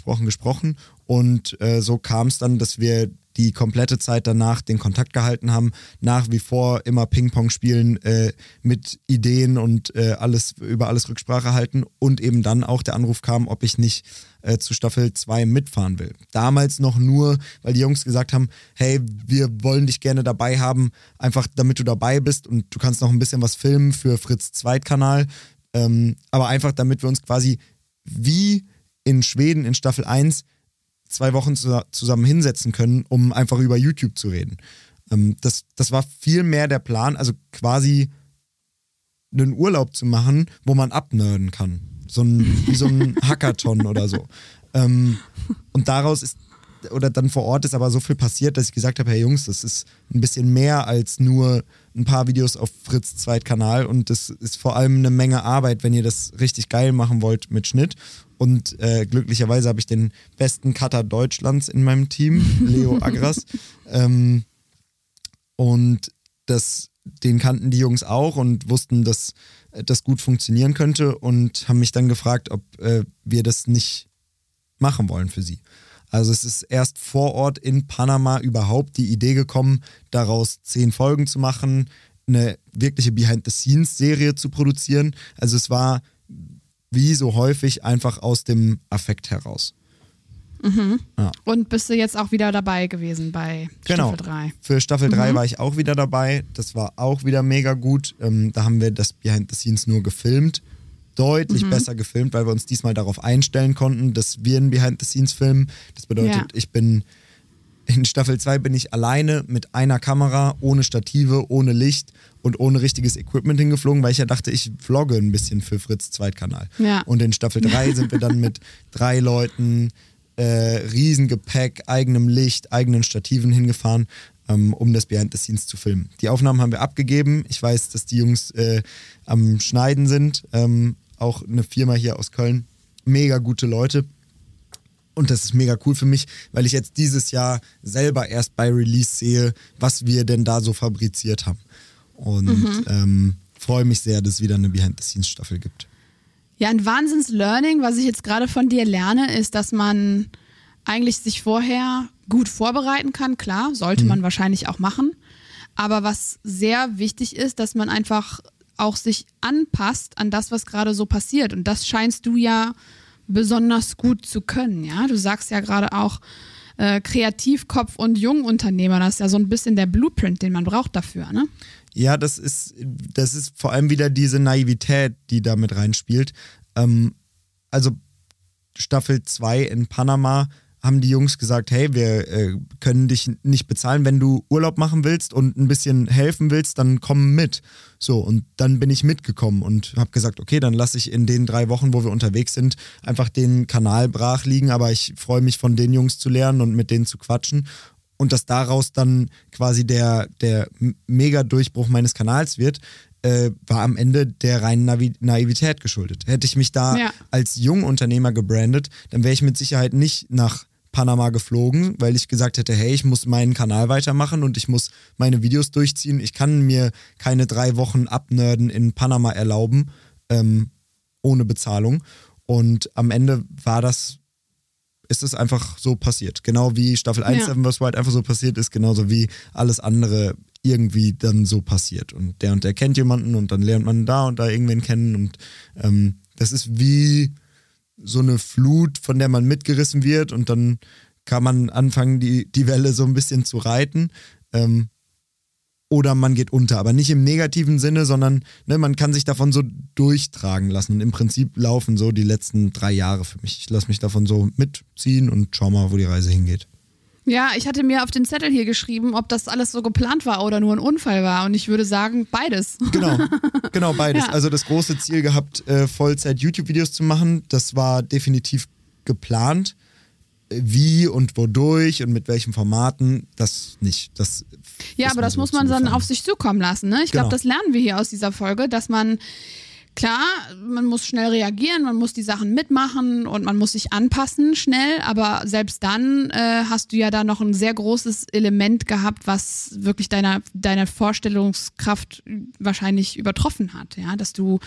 Speaker 2: und so kam es dann, dass wir die komplette Zeit danach den Kontakt gehalten haben, nach wie vor immer Ping-Pong spielen, mit Ideen und über alles Rücksprache halten und eben dann auch der Anruf kam, ob ich nicht zu Staffel 2 mitfahren will. Damals noch nur, weil die Jungs gesagt haben, hey, wir wollen dich gerne dabei haben, einfach damit du dabei bist und du kannst noch ein bisschen was filmen für Fritz Zweitkanal, aber einfach damit wir uns quasi wie in Schweden in Staffel 1 2 Wochen zusammen hinsetzen können, um einfach über YouTube zu reden. Das war viel mehr der Plan, also quasi einen Urlaub zu machen, wo man abnerden kann. Wie so ein Hackathon oder so. Und daraus ist oder dann vor Ort ist aber so viel passiert, dass ich gesagt habe, hey Jungs, das ist ein bisschen mehr als nur ein paar Videos auf Fritz Zweitkanal und das ist vor allem eine Menge Arbeit, wenn ihr das richtig geil machen wollt mit Schnitt. Und glücklicherweise habe ich den besten Cutter Deutschlands in meinem Team, Leo Agras. Und den kannten die Jungs auch und wussten, dass das gut funktionieren könnte und haben mich dann gefragt, ob wir das nicht machen wollen für sie. Also es ist erst vor Ort in Panama überhaupt die Idee gekommen, daraus 10 Folgen zu machen, eine wirkliche Behind-the-Scenes-Serie zu produzieren. Also es war wie so häufig einfach aus dem Affekt heraus.
Speaker 1: Mhm.
Speaker 2: Ja.
Speaker 1: Und bist du jetzt auch wieder dabei gewesen bei Staffel 3?
Speaker 2: Für Staffel 3 war ich auch wieder dabei. Das war auch wieder mega gut. Da haben wir das Behind the Scenes nur gefilmt. Deutlich besser gefilmt, weil wir uns diesmal darauf einstellen konnten, dass wir ein Behind the Scenes filmen. Das bedeutet, in Staffel 2 bin ich alleine mit einer Kamera, ohne Stative, ohne Licht und ohne richtiges Equipment hingeflogen, weil ich ja dachte, ich vlogge ein bisschen für Fritz Zweitkanal. Ja. Und in Staffel 3 sind wir dann mit 3 Leuten, Riesengepäck, eigenem Licht, eigenen Stativen hingefahren, um das Behind the Scenes zu filmen. Die Aufnahmen haben wir abgegeben. Ich weiß, dass die Jungs am Schneiden sind. Auch eine Firma hier aus Köln. Mega gute Leute. Und das ist mega cool für mich, weil ich jetzt dieses Jahr selber erst bei Release sehe, was wir denn da so fabriziert haben. Und freue mich sehr, dass es wieder eine Behind-the-Scenes-Staffel gibt.
Speaker 1: Ja, ein Wahnsinns-Learning, was ich jetzt gerade von dir lerne, ist, dass man eigentlich sich vorher gut vorbereiten kann. Klar, sollte man wahrscheinlich auch machen. Aber was sehr wichtig ist, dass man einfach auch sich anpasst an das, was gerade so passiert. Und das scheinst du ja besonders gut zu können. Ja? Du sagst ja gerade auch Kreativkopf und Jungunternehmer. Das ist ja so ein bisschen der Blueprint, den man braucht dafür, ne?
Speaker 2: Ja, das ist vor allem wieder diese Naivität, die da mit reinspielt. Also Staffel 2 in Panama haben die Jungs gesagt, hey, wir können dich nicht bezahlen, wenn du Urlaub machen willst und ein bisschen helfen willst, dann komm mit. So, und dann bin ich mitgekommen und habe gesagt, okay, dann lasse ich in den 3 Wochen, wo wir unterwegs sind, einfach den Kanal brach liegen, aber ich freue mich, von den Jungs zu lernen und mit denen zu quatschen. Und dass daraus dann quasi der Mega-Durchbruch meines Kanals wird, war am Ende der reinen Naivität geschuldet. Hätte ich mich da als Jungunternehmer gebrandet, dann wäre ich mit Sicherheit nicht nach Panama geflogen, weil ich gesagt hätte, hey, ich muss meinen Kanal weitermachen und ich muss meine Videos durchziehen. Ich kann mir keine 3 Wochen Abnörden in Panama erlauben, ohne Bezahlung. Und am Ende ist es einfach so passiert. Genau wie Staffel 1 Seven vs. Wild einfach so passiert ist, genauso wie alles andere irgendwie dann so passiert. Und der kennt jemanden und dann lernt man da und da irgendwen kennen. Und das ist wie so eine Flut, von der man mitgerissen wird und dann kann man anfangen, die Welle so ein bisschen zu reiten. Oder man geht unter, aber nicht im negativen Sinne, sondern man kann sich davon so durchtragen lassen. Und im Prinzip laufen so die letzten 3 Jahre für mich. Ich lasse mich davon so mitziehen und schau mal, wo die Reise hingeht.
Speaker 1: Ja, ich hatte mir auf den Zettel hier geschrieben, ob das alles so geplant war oder nur ein Unfall war. Und ich würde sagen, beides.
Speaker 2: Genau, beides. Ja. Also das große Ziel gehabt, Vollzeit-YouTube-Videos zu machen, das war definitiv geplant. Wie und wodurch und mit welchen Formaten, das nicht.
Speaker 1: Aber das muss man dann auf sich zukommen lassen. Ne? Ich glaube, das lernen wir hier aus dieser Folge, dass man, klar, man muss schnell reagieren, man muss die Sachen mitmachen und man muss sich anpassen schnell, aber selbst dann hast du ja da noch ein sehr großes Element gehabt, was wirklich deine Vorstellungskraft wahrscheinlich übertroffen hat. Ja? Dass du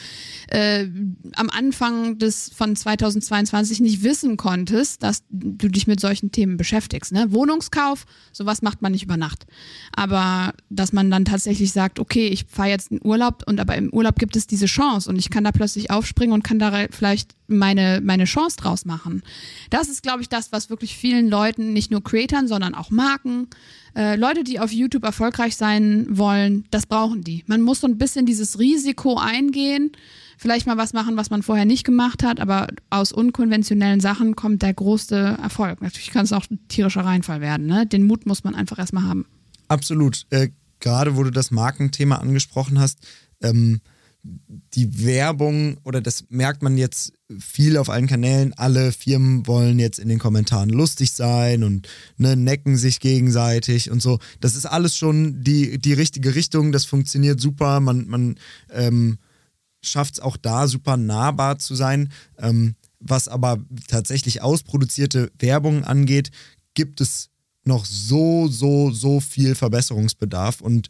Speaker 1: am Anfang von 2022 nicht wissen konntest, dass du dich mit solchen Themen beschäftigst. Ne? Wohnungskauf, sowas macht man nicht über Nacht. Aber dass man dann tatsächlich sagt, okay, ich fahre jetzt in Urlaub aber im Urlaub gibt es diese Chance und ich kann da plötzlich aufspringen und kann da vielleicht meine Chance draus machen. Das ist, glaube ich, das, was wirklich vielen Leuten, nicht nur Creatoren, sondern auch Marken, Leute, die auf YouTube erfolgreich sein wollen, das brauchen die. Man muss so ein bisschen dieses Risiko eingehen, vielleicht mal was machen, was man vorher nicht gemacht hat, aber aus unkonventionellen Sachen kommt der große Erfolg. Natürlich kann es auch ein tierischer Reinfall werden. Ne? Den Mut muss man einfach erstmal haben.
Speaker 2: Absolut. Gerade wo du das Markenthema angesprochen hast, die Werbung, oder das merkt man jetzt viel auf allen Kanälen, alle Firmen wollen jetzt in den Kommentaren lustig sein und necken sich gegenseitig und so. Das ist alles schon die richtige Richtung, das funktioniert super, man schafft es auch da super nahbar zu sein. Was aber tatsächlich ausproduzierte Werbung angeht, gibt es noch so viel Verbesserungsbedarf und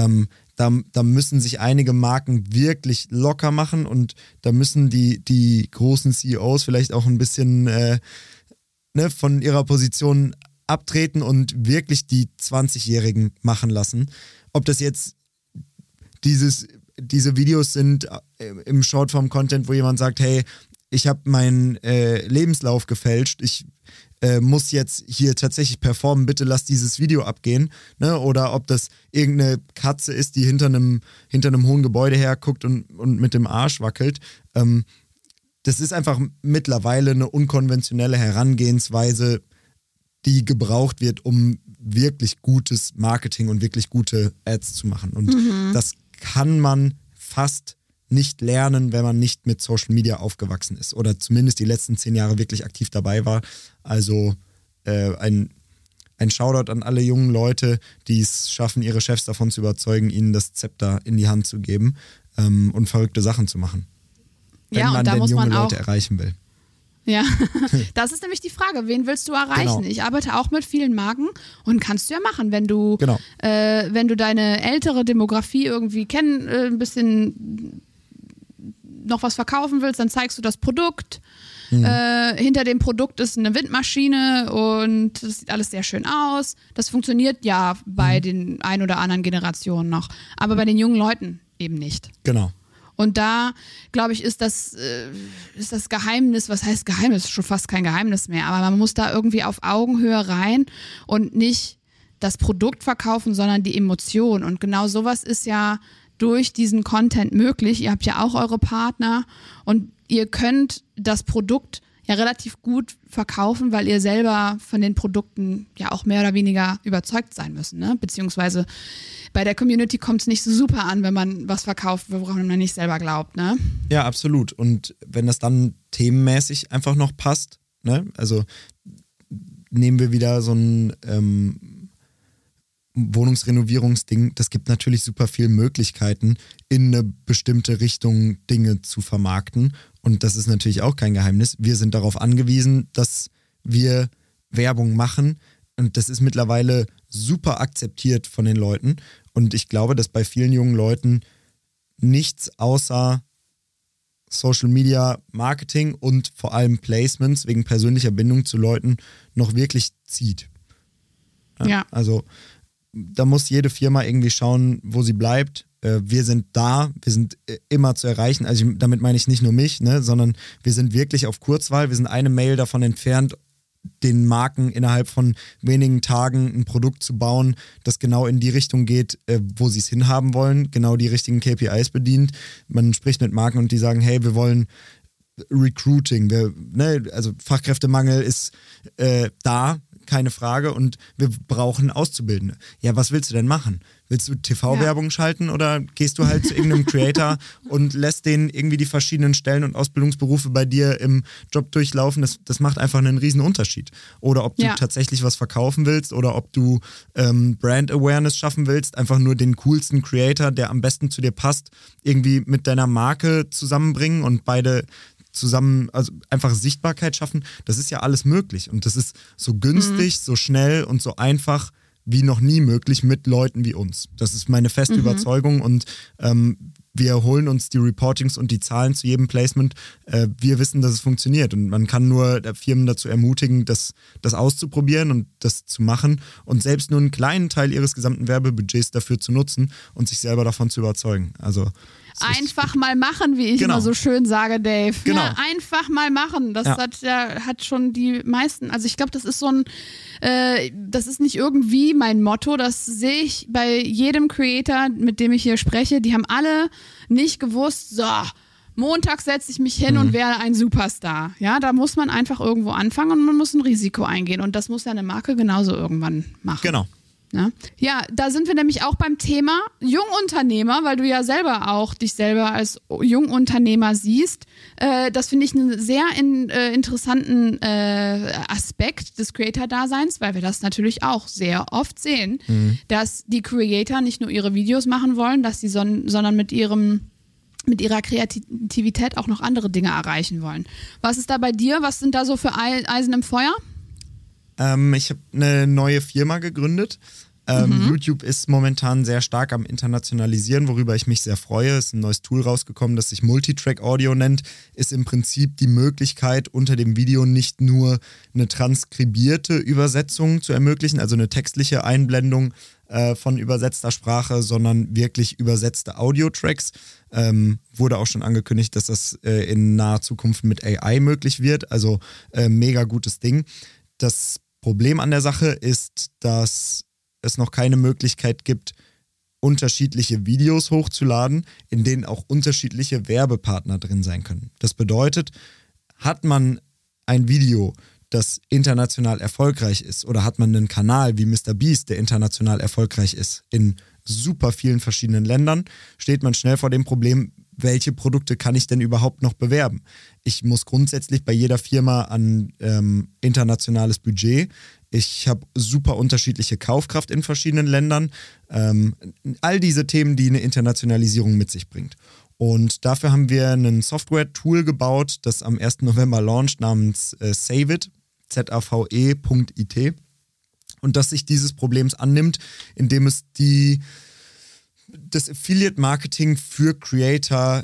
Speaker 2: da müssen sich einige Marken wirklich locker machen und da müssen die großen CEOs vielleicht auch ein bisschen von ihrer Position abtreten und wirklich die 20-Jährigen machen lassen. Ob das jetzt diese Videos sind im Shortform-Content, wo jemand sagt, hey, ich habe meinen Lebenslauf gefälscht, ich muss jetzt hier tatsächlich performen, bitte lass dieses Video abgehen. Ne? Oder ob das irgendeine Katze ist, die hinter einem hohen Gebäude herguckt und mit dem Arsch wackelt. Das ist einfach mittlerweile eine unkonventionelle Herangehensweise, die gebraucht wird, um wirklich gutes Marketing und wirklich gute Ads zu machen. Und das kann man fast nicht lernen, wenn man nicht mit Social Media aufgewachsen ist oder zumindest die letzten 10 Jahre wirklich aktiv dabei war. Also ein Shoutout an alle jungen Leute, die es schaffen, ihre Chefs davon zu überzeugen, ihnen das Zepter in die Hand zu geben und verrückte Sachen zu machen. Wenn
Speaker 1: Ja,
Speaker 2: man
Speaker 1: und da
Speaker 2: denn
Speaker 1: muss
Speaker 2: junge
Speaker 1: man auch
Speaker 2: Leute erreichen will.
Speaker 1: Ja, das ist nämlich die Frage, wen willst du erreichen?
Speaker 2: Genau.
Speaker 1: Ich arbeite auch mit vielen Marken und kannst du ja machen, wenn du deine ältere Demografie irgendwie ein bisschen noch was verkaufen willst, dann zeigst du das Produkt. Hinter dem Produkt ist eine Windmaschine und das sieht alles sehr schön aus. Das funktioniert ja bei den ein oder anderen Generationen noch, aber bei den jungen Leuten eben nicht.
Speaker 2: Genau.
Speaker 1: Und da, glaube ich, ist das Geheimnis, was heißt Geheimnis? Schon fast kein Geheimnis mehr, aber man muss da irgendwie auf Augenhöhe rein und nicht das Produkt verkaufen, sondern die Emotion. Und genau sowas ist ja durch diesen Content möglich. Ihr habt ja auch eure Partner und ihr könnt das Produkt ja relativ gut verkaufen, weil ihr selber von den Produkten ja auch mehr oder weniger überzeugt sein müssen, ne? Beziehungsweise bei der Community kommt es nicht so super an, wenn man was verkauft, woran man nicht selber glaubt, ne?
Speaker 2: Ja, absolut. Und wenn das dann themenmäßig einfach noch passt, ne? Also nehmen wir wieder so ein Wohnungsrenovierungsding, das gibt natürlich super viele Möglichkeiten, in eine bestimmte Richtung Dinge zu vermarkten. Und das ist natürlich auch kein Geheimnis. Wir sind darauf angewiesen, dass wir Werbung machen. Und das ist mittlerweile super akzeptiert von den Leuten. Und ich glaube, dass bei vielen jungen Leuten nichts außer Social Media Marketing und vor allem Placements wegen persönlicher Bindung zu Leuten noch wirklich zieht.
Speaker 1: Ja.
Speaker 2: Also da muss jede Firma irgendwie schauen, wo sie bleibt. Wir sind da, wir sind immer zu erreichen. Also damit meine ich nicht nur mich, ne, sondern wir sind wirklich auf Kurzwahl. Wir sind eine Mail davon entfernt, den Marken innerhalb von wenigen Tagen ein Produkt zu bauen, das genau in die Richtung geht, wo sie es hinhaben wollen, genau die richtigen KPIs bedient. Man spricht mit Marken und die sagen, hey, wir wollen Recruiting, also Fachkräftemangel ist da, keine Frage, und wir brauchen Auszubildende. Ja, was willst du denn machen? Willst du TV-Werbung schalten oder gehst du halt zu irgendeinem Creator und lässt den irgendwie die verschiedenen Stellen und Ausbildungsberufe bei dir im Job durchlaufen? Das macht einfach einen riesen Unterschied. Oder ob du tatsächlich was verkaufen willst oder ob du Brand Awareness schaffen willst, einfach nur den coolsten Creator, der am besten zu dir passt, irgendwie mit deiner Marke zusammenbringen und beide zusammen, also einfach Sichtbarkeit schaffen. Das ist ja alles möglich und das ist so günstig, so schnell und so einfach wie noch nie möglich mit Leuten wie uns. Das ist meine feste Überzeugung und wir holen uns die Reportings und die Zahlen zu jedem Placement. Wir wissen, dass es funktioniert und man kann nur Firmen dazu ermutigen, das auszuprobieren und das zu machen und selbst nur einen kleinen Teil ihres gesamten Werbebudgets dafür zu nutzen und sich selber davon zu überzeugen. Also
Speaker 1: einfach mal machen, wie ich immer so schön sage, Dave.
Speaker 2: Genau.
Speaker 1: Ja, einfach mal machen. Das hat schon die meisten, also ich glaube, das ist so ein, das ist nicht irgendwie mein Motto, das sehe ich bei jedem Creator, mit dem ich hier spreche, die haben alle nicht gewusst, so, Montag setze ich mich hin und werde ein Superstar. Ja, da muss man einfach irgendwo anfangen und man muss ein Risiko eingehen und das muss ja eine Marke genauso irgendwann machen.
Speaker 2: Genau.
Speaker 1: Ne? Ja, da sind wir nämlich auch beim Thema Jungunternehmer, weil du ja selber auch dich selber als Jungunternehmer siehst. Das finde ich einen sehr interessanten Aspekt des Creator-Daseins, weil wir das natürlich auch sehr oft sehen, dass die Creator nicht nur ihre Videos machen wollen, dass sie sondern mit ihrer Kreativität auch noch andere Dinge erreichen wollen. Was ist da bei dir? Was sind da so für Eisen im Feuer?
Speaker 2: Ich habe eine neue Firma gegründet. YouTube ist momentan sehr stark am Internationalisieren, worüber ich mich sehr freue. Es ist ein neues Tool rausgekommen, das sich Multitrack Audio nennt. Ist im Prinzip die Möglichkeit, unter dem Video nicht nur eine transkribierte Übersetzung zu ermöglichen, also eine textliche Einblendung von übersetzter Sprache, sondern wirklich übersetzte Audio-Tracks. Wurde auch schon angekündigt, dass das in naher Zukunft mit AI möglich wird. Also mega gutes Ding. Das Problem an der Sache ist, dass es noch keine Möglichkeit gibt, unterschiedliche Videos hochzuladen, in denen auch unterschiedliche Werbepartner drin sein können. Das bedeutet, hat man ein Video, das international erfolgreich ist, oder hat man einen Kanal wie MrBeast, der international erfolgreich ist, in super vielen verschiedenen Ländern, steht man schnell vor dem Problem, welche Produkte kann ich denn überhaupt noch bewerben? Ich muss grundsätzlich bei jeder Firma an internationales Budget. Ich habe super unterschiedliche Kaufkraft in verschiedenen Ländern. All diese Themen, die eine Internationalisierung mit sich bringt. Und dafür haben wir ein Software-Tool gebaut, das am 1. November launcht, namens Saveit, ZAVE.it. Und das sich dieses Problems annimmt, indem es das Affiliate-Marketing für Creator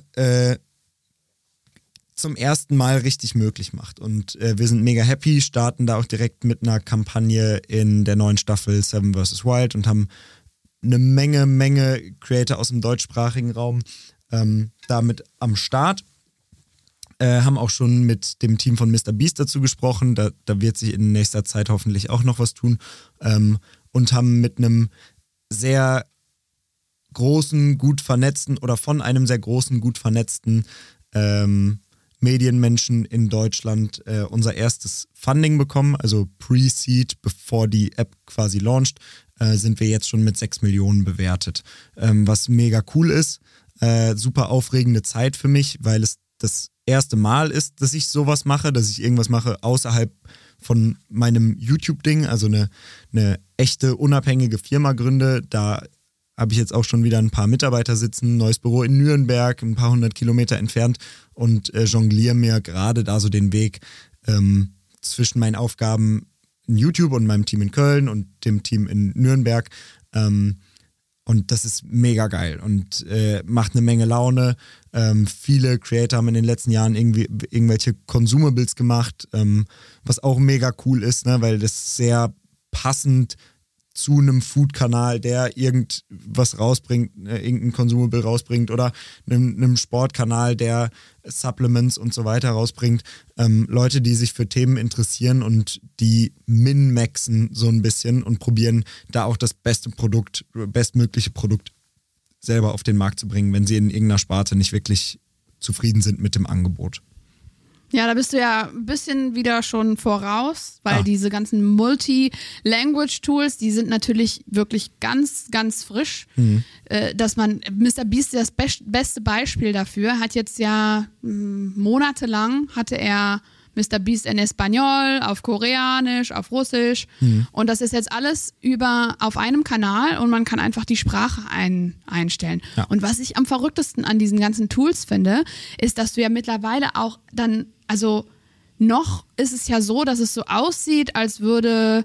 Speaker 2: zum ersten Mal richtig möglich macht. Und wir sind mega happy, starten da auch direkt mit einer Kampagne in der neuen Staffel Seven vs. Wild und haben eine Menge Creator aus dem deutschsprachigen Raum damit am Start. Haben auch schon mit dem Team von MrBeast dazu gesprochen. Da wird sich in nächster Zeit hoffentlich auch noch was tun. Und haben mit einem sehr großen, gut vernetzten oder von einem sehr großen, gut vernetzten Medienmenschen in Deutschland unser erstes Funding bekommen, also Pre-Seed, bevor die App quasi launcht, sind wir jetzt schon mit 6 Millionen bewertet, was mega cool ist. Super aufregende Zeit für mich, weil es das erste Mal ist, dass ich sowas mache, dass ich irgendwas mache außerhalb von meinem YouTube-Ding, also eine echte, unabhängige Firma gründe. Da habe ich jetzt auch schon wieder ein paar Mitarbeiter sitzen, neues Büro in Nürnberg, ein paar 100 Kilometer entfernt und jongliere mir gerade da so den Weg zwischen meinen Aufgaben in YouTube und meinem Team in Köln und dem Team in Nürnberg. Und das ist mega geil und macht eine Menge Laune. Viele Creator haben in den letzten Jahren irgendwelche Consumables gemacht, was auch mega cool ist, ne, weil das sehr passend zu einem Food-Kanal, der irgendwas rausbringt, irgendein Consumable rausbringt oder einem Sportkanal, der Supplements und so weiter rausbringt. Leute, die sich für Themen interessieren und die min-maxen so ein bisschen und probieren, da auch das bestmögliche Produkt selber auf den Markt zu bringen, wenn sie in irgendeiner Sparte nicht wirklich zufrieden sind mit dem Angebot.
Speaker 1: Ja, da bist du ja ein bisschen wieder schon voraus, weil diese ganzen Multi-Language-Tools, die sind natürlich wirklich ganz, ganz frisch. Dass MrBeast das beste Beispiel dafür, hat jetzt ja monatelang hatte er MrBeast in Espanol, auf Koreanisch, auf Russisch und das ist jetzt alles auf einem Kanal und man kann einfach die Sprache einstellen. Ja. Und was ich am verrücktesten an diesen ganzen Tools finde, ist, dass du ja mittlerweile auch dann, also noch ist es ja so, dass es so aussieht, als würde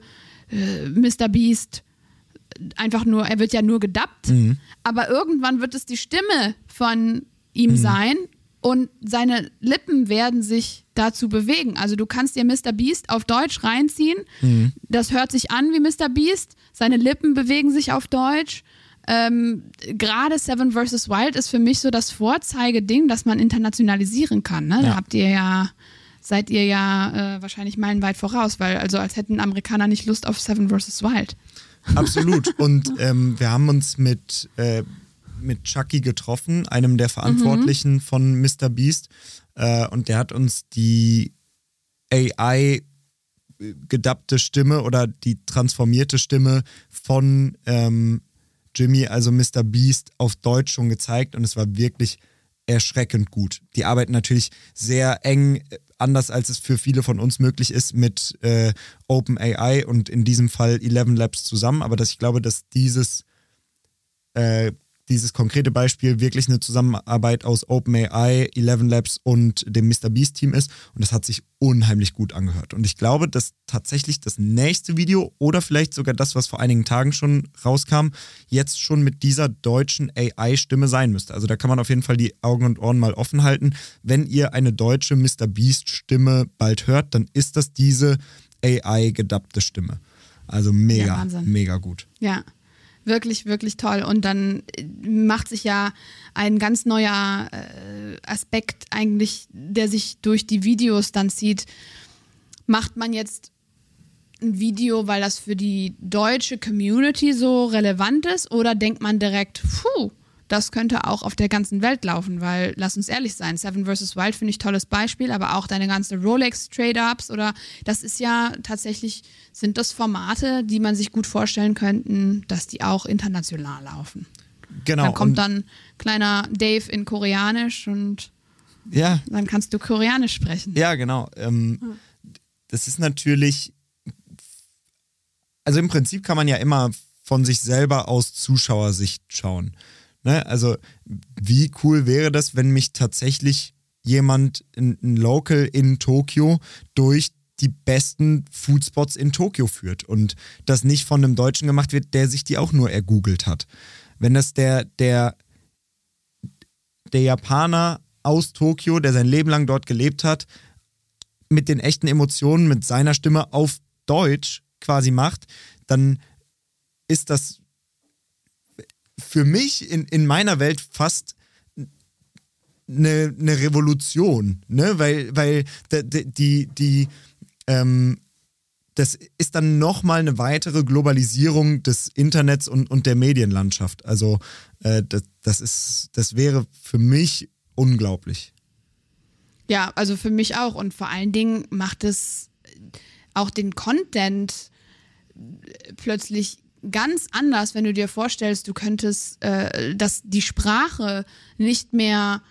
Speaker 1: MrBeast einfach nur, er wird ja nur gedubbt, aber irgendwann wird es die Stimme von ihm sein und seine Lippen werden sich dazu bewegen. Also du kannst dir MrBeast auf Deutsch reinziehen, das hört sich an wie MrBeast, seine Lippen bewegen sich auf Deutsch. Gerade Seven vs. Wild ist für mich so das Vorzeigeding, dass man internationalisieren kann. Ne? Ja. Da seid ihr ja wahrscheinlich meilenweit voraus, weil also als hätten Amerikaner nicht Lust auf Seven vs. Wild.
Speaker 2: Absolut. Und wir haben uns mit Chucky getroffen, einem der Verantwortlichen von MrBeast. Und der hat uns die AI gedubbte Stimme oder die transformierte Stimme von Jimmy, also Mr. Beast, auf Deutsch schon gezeigt und es war wirklich erschreckend gut. Die arbeiten natürlich sehr eng, anders als es für viele von uns möglich ist, mit OpenAI und in diesem Fall 11 Labs zusammen, aber ich glaube, dass dieses konkrete Beispiel wirklich eine Zusammenarbeit aus OpenAI, 11 Labs und dem MrBeast-Team ist und das hat sich unheimlich gut angehört. Und ich glaube, dass tatsächlich das nächste Video oder vielleicht sogar das, was vor einigen Tagen schon rauskam, jetzt schon mit dieser deutschen AI-Stimme sein müsste. Also da kann man auf jeden Fall die Augen und Ohren mal offen halten. Wenn ihr eine deutsche MrBeast-Stimme bald hört, dann ist das diese AI-gedubbte Stimme. Also mega, mega gut.
Speaker 1: Ja. Wirklich, wirklich toll. Und dann macht sich ja ein ganz neuer Aspekt eigentlich, der sich durch die Videos dann zieht. Macht man jetzt ein Video, weil das für die deutsche Community so relevant ist? Oder denkt man direkt, das könnte auch auf der ganzen Welt laufen? Weil, lass uns ehrlich sein, Seven vs. Wild finde ich tolles Beispiel, aber auch deine ganzen Rolex-Trade-Ups oder das ist ja tatsächlich, sind das Formate, die man sich gut vorstellen könnten, dass die auch international laufen.
Speaker 2: Genau.
Speaker 1: Dann kommt dann kleiner Dave in Koreanisch und dann kannst du Koreanisch sprechen.
Speaker 2: Ja, genau. Das ist natürlich, also im Prinzip kann man ja immer von sich selber aus Zuschauersicht schauen. Ne? Also wie cool wäre das, wenn mich tatsächlich jemand, ein Local in Tokio, durch die besten Foodspots in Tokio führt und das nicht von einem Deutschen gemacht wird, der sich die auch nur ergoogelt hat. Wenn das der Japaner aus Tokio, der sein Leben lang dort gelebt hat, mit den echten Emotionen, mit seiner Stimme auf Deutsch quasi macht, dann ist das für mich in meiner Welt fast eine Revolution, ne? Weil das ist dann nochmal eine weitere Globalisierung des Internets und der Medienlandschaft. Also das wäre für mich unglaublich.
Speaker 1: Ja, also für mich auch und vor allen Dingen macht es auch den Content plötzlich ganz anders, wenn du dir vorstellst, du könntest, dass die Sprache nicht mehr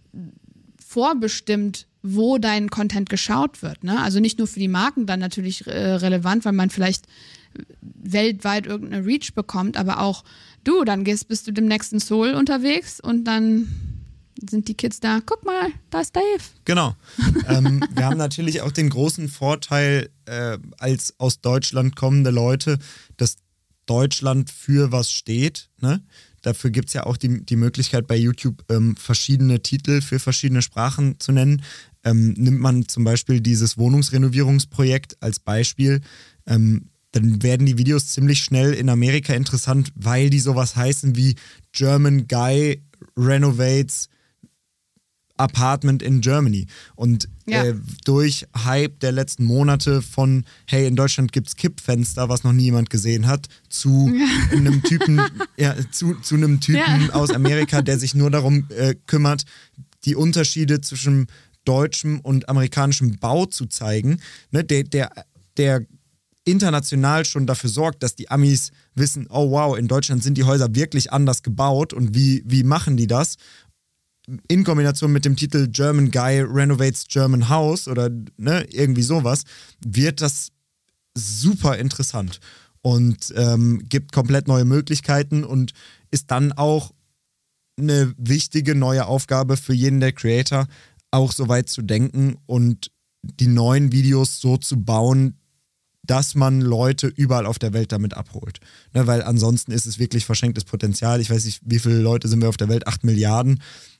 Speaker 1: vorbestimmt, wo dein Content geschaut wird. Ne? Also nicht nur für die Marken dann natürlich relevant, weil man vielleicht weltweit irgendeine Reach bekommt, aber auch dann bist du demnächst in Seoul unterwegs und dann sind die Kids da, guck mal, da ist Dave.
Speaker 2: Genau. Wir haben natürlich auch den großen Vorteil als aus Deutschland kommende Leute, dass Deutschland für was steht. Ne? Dafür gibt es ja auch die Möglichkeit bei YouTube verschiedene Titel für verschiedene Sprachen zu nennen. Nimmt man zum Beispiel dieses Wohnungsrenovierungsprojekt als Beispiel, dann werden die Videos ziemlich schnell in Amerika interessant, weil die sowas heißen wie German Guy Renovates Apartment in Germany. Und durch Hype der letzten Monate von, hey, in Deutschland gibt's Kippfenster, was noch nie jemand gesehen hat, zu einem Typen, zu einem Typen aus Amerika, der sich nur darum kümmert, die Unterschiede zwischen deutschem und amerikanischem Bau zu zeigen, ne, der international schon dafür sorgt, dass die Amis wissen, oh wow, in Deutschland sind die Häuser wirklich anders gebaut und wie machen die das? In Kombination mit dem Titel German Guy Renovates German House oder ne, irgendwie sowas, wird das super interessant und gibt komplett neue Möglichkeiten und ist dann auch eine wichtige neue Aufgabe für jeden der Creator, auch so weit zu denken und die neuen Videos so zu bauen, dass man Leute überall auf der Welt damit abholt. Ne, weil ansonsten ist es wirklich verschenktes Potenzial. Ich weiß nicht, wie viele Leute sind wir auf der Welt? 8 Milliarden.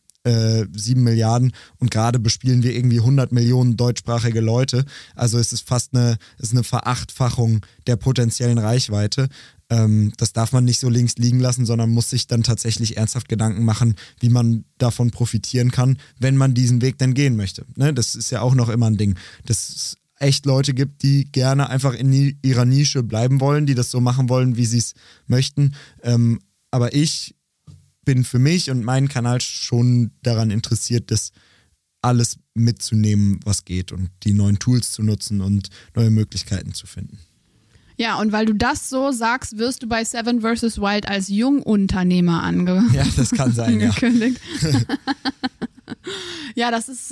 Speaker 2: 7 Milliarden und gerade bespielen wir irgendwie 100 Millionen deutschsprachige Leute. Also es ist fast eine Verachtfachung der potenziellen Reichweite. Das darf man nicht so links liegen lassen, sondern muss sich dann tatsächlich ernsthaft Gedanken machen, wie man davon profitieren kann, wenn man diesen Weg dann gehen möchte. Ne? Das ist ja auch noch immer ein Ding. Dass es echt Leute gibt, die gerne einfach in ihrer Nische bleiben wollen, die das so machen wollen, wie sie es möchten. Aber ich bin für mich und meinen Kanal schon daran interessiert, dass alles mitzunehmen, was geht und die neuen Tools zu nutzen und neue Möglichkeiten zu finden.
Speaker 1: Ja, und weil du das so sagst, wirst du bei Seven vs. Wild als Jungunternehmer
Speaker 2: Ja, das kann sein,
Speaker 1: angekündigt. Ja, das ist,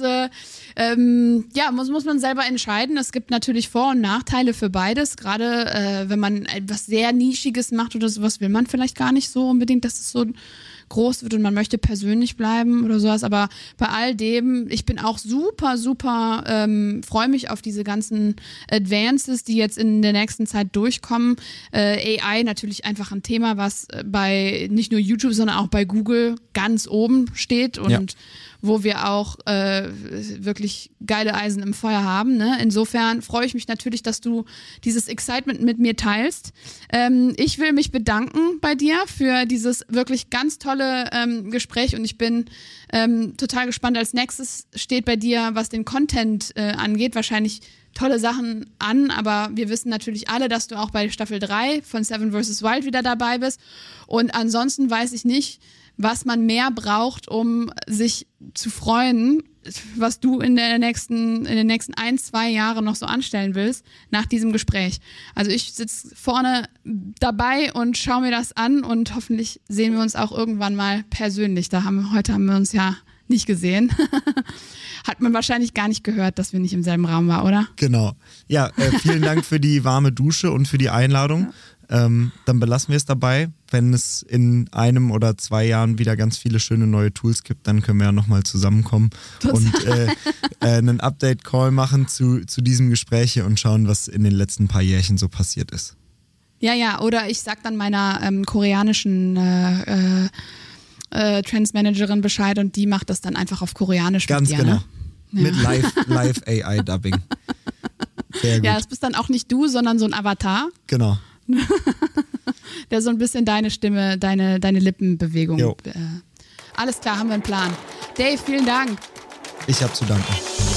Speaker 1: muss man selber entscheiden. Es gibt natürlich Vor- und Nachteile für beides. Gerade wenn man etwas sehr Nischiges macht oder sowas, will man vielleicht gar nicht so unbedingt, dass es so groß wird und man möchte persönlich bleiben oder sowas. Aber bei all dem, ich bin auch super, freue mich auf diese ganzen Advances, die jetzt in der nächsten Zeit durchkommen. AI natürlich einfach ein Thema, was bei nicht nur YouTube, sondern auch bei Google ganz oben steht und wo wir auch wirklich geile Eisen im Feuer haben. Ne? Insofern freue ich mich natürlich, dass du dieses Excitement mit mir teilst. Ich will mich bedanken bei dir für dieses wirklich ganz tolle Gespräch und ich bin total gespannt. Als nächstes steht bei dir, was den Content angeht, wahrscheinlich tolle Sachen an, aber wir wissen natürlich alle, dass du auch bei Staffel 3 von Seven vs. Wild wieder dabei bist und ansonsten weiß ich nicht, was man mehr braucht, um sich zu freuen, was du in den nächsten 1-2 Jahren noch so anstellen willst, nach diesem Gespräch. Also ich sitze vorne dabei und schaue mir das an und hoffentlich sehen wir uns auch irgendwann mal persönlich. Heute haben wir uns ja nicht gesehen. Hat man wahrscheinlich gar nicht gehört, dass wir nicht im selben Raum waren, oder?
Speaker 2: Genau. Ja, vielen Dank für die warme Dusche und für die Einladung. Dann belassen wir es dabei. Wenn es in 1 oder 2 Jahren wieder ganz viele schöne neue Tools gibt, dann können wir ja nochmal zusammenkommen und einen Update-Call machen zu diesem Gespräch und schauen, was in den letzten paar Jährchen so passiert ist.
Speaker 1: Ja, oder ich sag dann meiner koreanischen Trends-Managerin Bescheid und die macht das dann einfach auf Koreanisch
Speaker 2: ganz
Speaker 1: mit dir,
Speaker 2: genau.
Speaker 1: Ne?
Speaker 2: Mit Live AI-Dubbing. Sehr gut.
Speaker 1: Ja, das bist dann auch nicht du, sondern so ein Avatar.
Speaker 2: Genau.
Speaker 1: Der so ein bisschen deine Stimme, deine Lippenbewegung. Alles klar, haben wir einen Plan. Dave, vielen Dank.
Speaker 2: Ich habe zu danken.